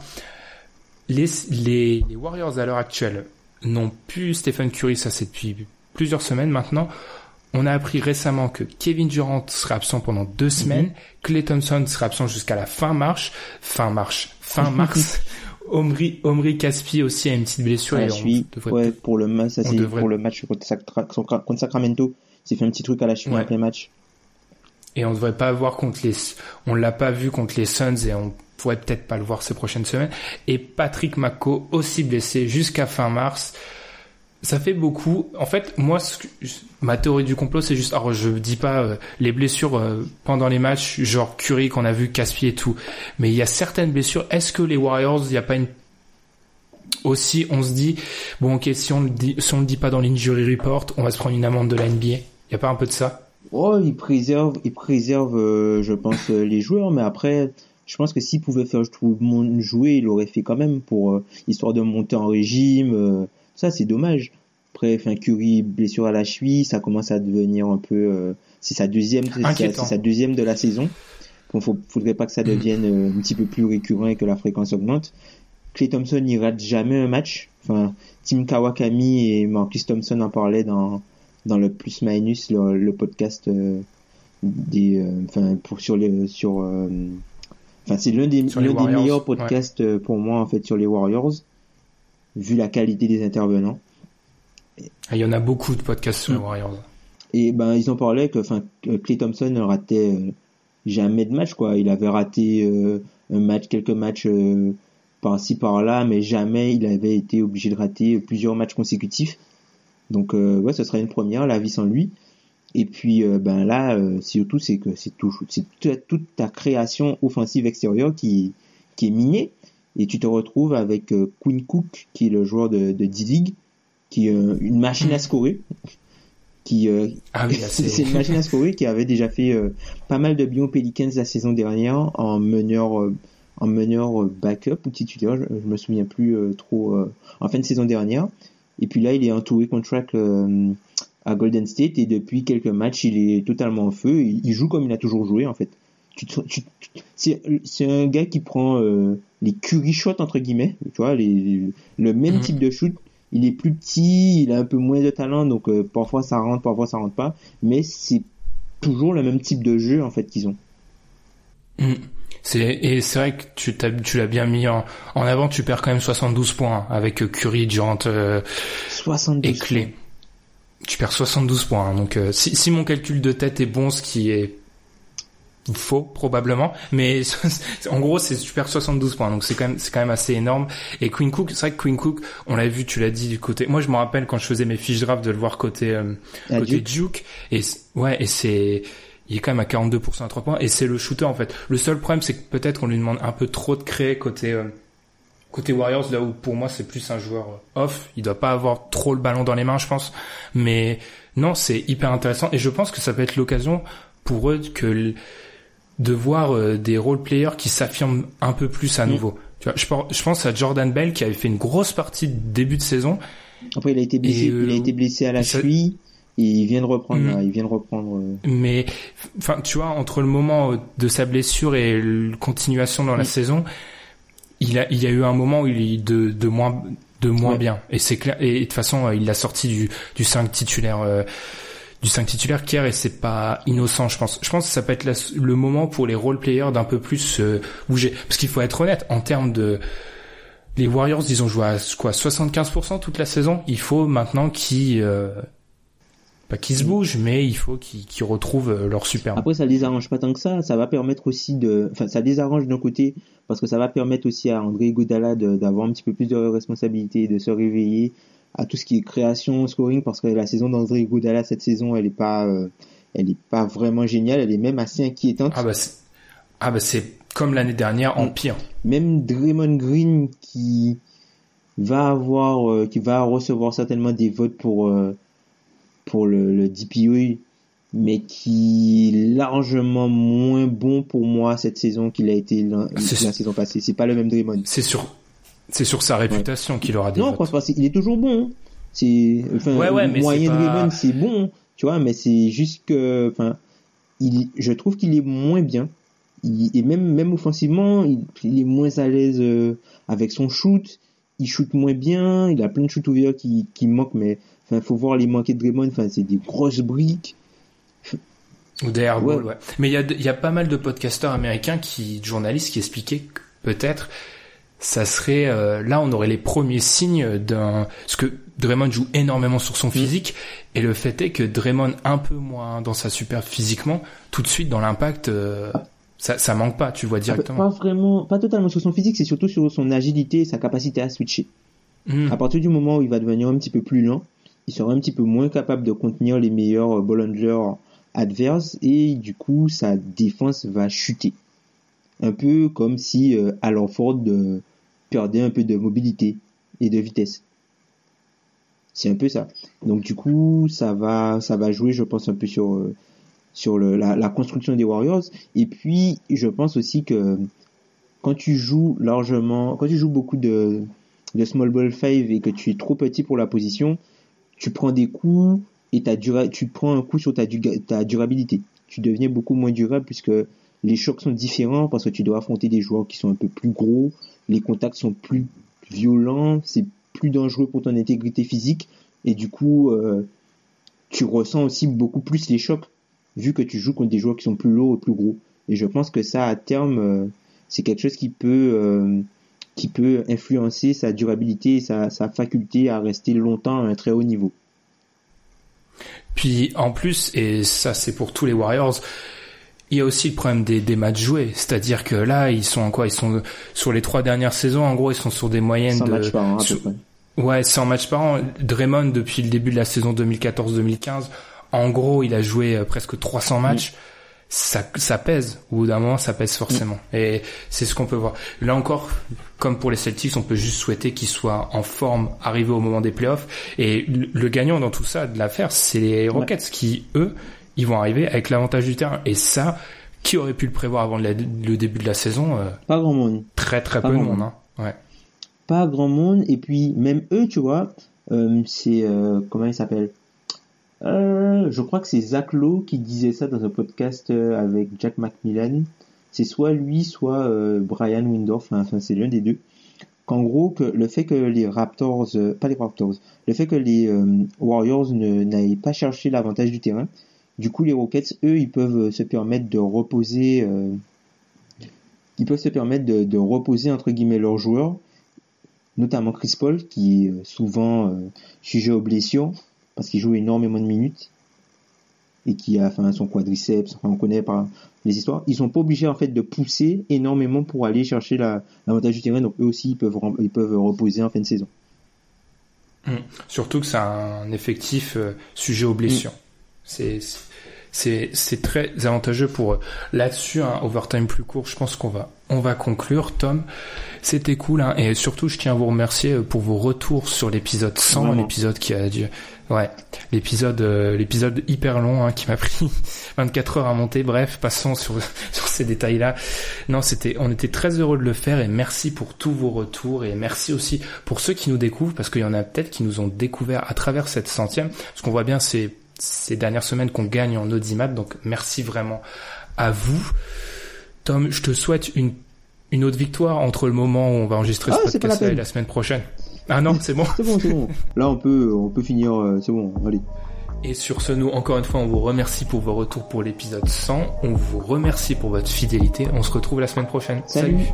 S6: Les les, les Warriors à l'heure actuelle n'ont plus Stephen Curry, ça c'est depuis plusieurs semaines maintenant. On a appris récemment que Kevin Durant sera absent pendant deux semaines, mm-hmm. Klay Thompson sera absent jusqu'à la fin mars, fin mars, fin mars. Omri, Omri Caspi aussi a une petite blessure.
S7: Et cheville, ouais, pour le match, ça c'est devrait... pour le match contre, Sacra... contre Sacramento. Il s'est fait un petit truc à la cheville ouais. en plein match.
S6: Et on devrait pas voir contre les, on l'a pas vu contre les Suns et on pourrait peut-être pas le voir ces prochaines semaines. Et Patrick McCaw aussi blessé jusqu'à fin mars. Ça fait beaucoup. En fait, moi, ce que, ma théorie du complot, c'est juste, alors je dis pas euh, les blessures euh, pendant les matchs, genre Curry qu'on a vu, Caspi et tout, mais il y a certaines blessures. Est-ce que les Warriors, il y a pas une aussi, on se dit, bon, ok, si on le dit, si on le dit pas dans l'injury report, on va se prendre une amende de la N B A. Il y a pas un peu de ça?
S7: Oh, ils préservent, ils préservent, euh, je pense, euh, les joueurs, mais après, je pense que s'ils pouvaient faire tout le monde jouer, ils l'auraient fait quand même pour euh, histoire de monter en régime. Euh, Ça, c'est dommage. Après, enfin, Curry, blessure à la cheville, ça commence à devenir un peu, euh, c'est sa deuxième, c'est, c'est sa deuxième de la saison. Bon, faut, faudrait pas que ça devienne euh, un petit peu plus récurrent et que la fréquence augmente. Klay Thompson, il rate jamais un match. Enfin, Tim Kawakami et Marcus Thompson en parlaient dans, dans le plus minus, le, le podcast, euh, des, euh, enfin, pour, sur les, sur, euh, enfin, c'est l'un des, l'un des meilleurs podcasts ouais. pour moi, en fait, sur les Warriors, vu la qualité des intervenants.
S6: Il y en a beaucoup de podcasts sur les Warriors.
S7: Et ben ils en parlaient que, enfin, Klay Thompson ne ratait euh, jamais de match, quoi. Il avait raté euh, un match, quelques matchs euh, par-ci par-là, mais jamais il avait été obligé de rater plusieurs matchs consécutifs. Donc euh, ouais, ce serait une première, la vie sans lui. Et puis euh, ben là, euh, surtout c'est que c'est tout, c'est toute, toute ta création offensive extérieure qui qui est minée, et tu te retrouves avec euh, Quinn Cook, qui est le joueur de, de D-League, qui est euh, une machine à scorer. Qui euh,
S6: ah oui, là, c'est...
S7: c'est une machine à scorer, qui avait déjà fait euh, pas mal de bien aux Pelicans la saison dernière en meneur euh, en meneur euh, backup ou titulaire, je, je me souviens plus euh, trop euh, en fin de saison dernière. Et puis là il est en two-way contract euh, à Golden State, et depuis quelques matchs il est totalement en feu. Il, il joue comme il a toujours joué en fait. Tu, tu, tu, c'est, c'est un gars qui prend euh, les Curry shots entre guillemets, tu vois, les, les, le même mmh. type de shoot. Il est plus petit, il a un peu moins de talent, donc euh, parfois ça rentre, parfois ça rentre pas, mais c'est toujours le même type de jeu en fait qu'ils ont.
S6: Mmh. C'est, et c'est vrai que tu, t'as, tu l'as bien mis en, en avant. Tu perds quand même soixante-douze points avec Curry, Durant euh, et Klay. Tu perds soixante-douze points. Donc euh, si, si mon calcul de tête est bon, ce qui est faux probablement, mais en gros c'est tu perds soixante-douze points, donc c'est quand même c'est quand même assez énorme. Et Quinn Cook, c'est vrai que Quinn Cook, on l'a vu, tu l'as dit, du côté, moi je me rappelle quand je faisais mes fiches draft de le voir côté euh, côté Duke. Duke, et ouais, et c'est il est quand même à quarante-deux pour cent à trois points, et c'est le shooter en fait. Le seul problème c'est que peut-être qu'on lui demande un peu trop de créer côté euh, côté Warriors, là où pour moi c'est plus un joueur off, il doit pas avoir trop le ballon dans les mains je pense, mais non, c'est hyper intéressant, et je pense que ça peut être l'occasion pour eux que de voir euh, des role players qui s'affirment un peu plus à nouveau. Mmh. Tu vois, je, je pense à Jordan Bell qui avait fait une grosse partie de début de saison.
S7: Après il a été blessé, euh, il a été blessé à la ça... cheville, et il vient de reprendre. Mmh. Là, il vient de reprendre. Euh...
S6: Mais enfin, tu vois, entre le moment de sa blessure et la continuation dans mmh. la saison, il a il y a eu un moment où il est de de moins de moins ouais. bien. Et c'est clair. Et de toute façon, il l'a sorti du du cinq titulaire. Euh, du cinq titulaire Kier, et c'est pas innocent, je pense. Je pense que ça peut être la, le moment pour les role players d'un peu plus euh, bouger. Parce qu'il faut être honnête, en termes de... Les Warriors, ils ont joué à quoi, soixante-quinze pour cent toute la saison. Il faut maintenant qu'ils... Euh, pas qu'ils se bougent, mais il faut qu'ils, qu'ils retrouvent leur super.
S7: Après, ça les arrange pas tant que ça. Ça va permettre aussi de... Enfin, ça les arrange d'un côté, parce que ça va permettre aussi à André Iguodala de, d'avoir un petit peu plus de responsabilité, de se réveiller à tout ce qui est création, scoring, parce que la saison d'André Iguodala cette saison, elle est pas, euh, elle est pas vraiment géniale, elle est même assez inquiétante.
S6: Ah bah c'est, ah bah c'est comme l'année dernière en pire.
S7: Même Draymond Green qui va avoir, euh, qui va recevoir certainement des votes pour euh, pour le, le D P O, mais qui est largement moins bon pour moi cette saison qu'il a été la, la saison passée. C'est pas le même Draymond.
S6: C'est sûr. C'est sur sa réputation ouais. qu'il aura des
S7: non,
S6: votes.
S7: Non, il est toujours bon. C'est, enfin,
S6: ouais, ouais, mais
S7: moyen
S6: c'est pas...
S7: Draymond, c'est bon, tu vois, mais c'est juste que, enfin, il, je trouve qu'il est moins bien. Il, et même, même offensivement, il, il est moins à l'aise euh, avec son shoot. Il shoot moins bien. Il a plein de shoots ouverts qui, qui manquent, mais, enfin, faut voir les manquer de Draymond. Enfin, c'est des grosses briques.
S6: Ou des airballs, ouais. ouais. Mais il y a, il y a pas mal de podcasteurs américains qui, de journalistes qui expliquaient que peut-être, ça serait euh, là on aurait les premiers signes d'un, parce que Draymond joue énormément sur son physique, mmh. et le fait est que Draymond un peu moins dans sa superbe physiquement, tout de suite dans l'impact euh, ça ça manque pas, tu vois directement.
S7: Pas vraiment, pas totalement sur son physique, c'est surtout sur son agilité et sa capacité à switcher. Mmh. À partir du moment où il va devenir un petit peu plus lent, il sera un petit peu moins capable de contenir les meilleurs ball handlers adverses, et du coup sa défense va chuter. Un peu comme si euh, Al Horford euh, perdait un peu de mobilité et de vitesse. C'est un peu ça. Donc du coup, ça va, ça va jouer, je pense, un peu sur euh, sur le, la, la construction des Warriors. Et puis, je pense aussi que quand tu joues largement, quand tu joues beaucoup de de small ball five et que tu es trop petit pour la position, tu prends des coups et ta dura, tu prends un coup sur ta, ta durabilité. Tu deviens beaucoup moins durable puisque les chocs sont différents, parce que tu dois affronter des joueurs qui sont un peu plus gros, les contacts sont plus violents, c'est plus dangereux pour ton intégrité physique, et du coup, euh, tu ressens aussi beaucoup plus les chocs, vu que tu joues contre des joueurs qui sont plus lourds et plus gros. Et je pense que ça, à terme, euh, c'est quelque chose qui peut, euh, qui peut influencer sa durabilité et sa, sa faculté à rester longtemps à un très haut niveau.
S6: Puis en plus, et ça c'est pour tous les Warriors, il y a aussi le problème des, des matchs joués. C'est-à-dire que là, ils sont en quoi? Ils sont sur les trois dernières saisons, en gros, ils sont sur des moyennes
S7: cent
S6: de...
S7: matchs par an, à
S6: sur,
S7: peu près.
S6: Ouais, cent matchs par an. Draymond, depuis le début de la saison deux mille quatorze deux mille quinze, en gros, il a joué presque trois cents matchs. Mmh. Ça, ça pèse. Au bout d'un moment, ça pèse forcément. Mmh. Et c'est ce qu'on peut voir. Là encore, comme pour les Celtics, on peut juste souhaiter qu'ils soient en forme, arrivés au moment des playoffs. Et le, le gagnant dans tout ça de l'affaire, c'est les Rockets ouais. qui, eux, ils vont arriver avec l'avantage du terrain. Et ça, qui aurait pu le prévoir avant la, le début de la saison? euh,
S7: Pas grand monde.
S6: Très très
S7: Pas
S6: peu de
S7: monde.
S6: monde. Hein. Ouais.
S7: Pas grand monde. Et puis, même eux, tu vois, euh, c'est... Euh, comment il s'appelle euh, Je crois que c'est Zach Lowe qui disait ça dans un podcast euh, avec Jack McMillan. C'est soit lui, soit euh, Brian Windorf. Enfin, c'est l'un des deux. Qu'en gros, que le fait que les Raptors... Euh, pas les Raptors. Le fait que les euh, Warriors ne, n'aillent pas chercher l'avantage du terrain. Du coup, les Rockets, eux, ils peuvent se permettre de reposer... Euh, ils peuvent se permettre de, de reposer, entre guillemets, leurs joueurs. Notamment Chris Paul, qui est souvent euh, sujet aux blessures, parce qu'il joue énormément de minutes, et qui a enfin, son quadriceps, enfin, on connaît par les histoires. Ils sont pas obligés en fait de pousser énormément pour aller chercher la, l'avantage du terrain, donc eux aussi ils peuvent, ils peuvent reposer en fin de saison.
S6: Mmh. Surtout que c'est un effectif euh, sujet aux blessures. Mmh. C'est, c'est, c'est très avantageux pour eux. Là-dessus, un overtime plus court, je pense qu'on va, on va conclure. Tom, c'était cool, hein, et surtout, je tiens à vous remercier pour vos retours sur l'épisode cent, Vraiment. l'épisode qui a dû, ouais, l'épisode, euh, l'épisode hyper long, hein, qui m'a pris vingt-quatre heures à monter. Bref, passons sur, sur ces détails-là. Non, c'était, on était très heureux de le faire, et merci pour tous vos retours, et merci aussi pour ceux qui nous découvrent, parce qu'il y en a peut-être qui nous ont découvert à travers cette centième. Ce qu'on voit bien, c'est ces dernières semaines qu'on gagne en audimat, donc merci vraiment à vous. Tom, je te souhaite une, une autre victoire entre le moment où on va enregistrer ah, ce podcast et la semaine prochaine. Ah non, c'est bon.
S7: c'est bon, c'est bon. Là, on peut, on peut finir, euh, c'est bon, allez.
S6: Et sur ce, nous, encore une fois, on vous remercie pour vos retours pour l'épisode cent. On vous remercie pour votre fidélité. On se retrouve la semaine prochaine.
S7: Salut. Salut.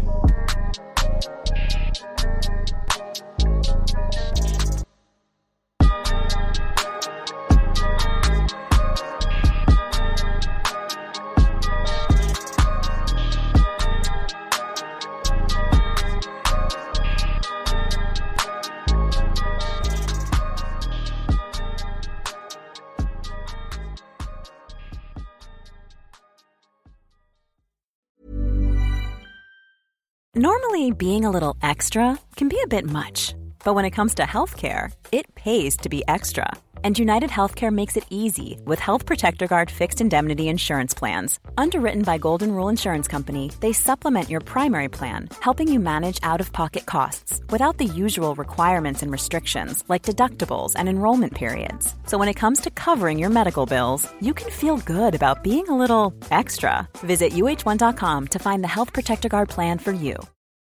S10: Normally, being a little extra can be a bit much, but when it comes to healthcare, it pays to be extra. And United Healthcare makes it easy with Health Protector Guard fixed indemnity insurance plans. Underwritten by Golden Rule Insurance Company, they supplement your primary plan, helping you manage out-of-pocket costs without the usual requirements and restrictions like deductibles and enrollment periods. So when it comes to covering your medical bills, you can feel good about being a little extra. Visit U H one dot com to find the Health Protector Guard plan for you.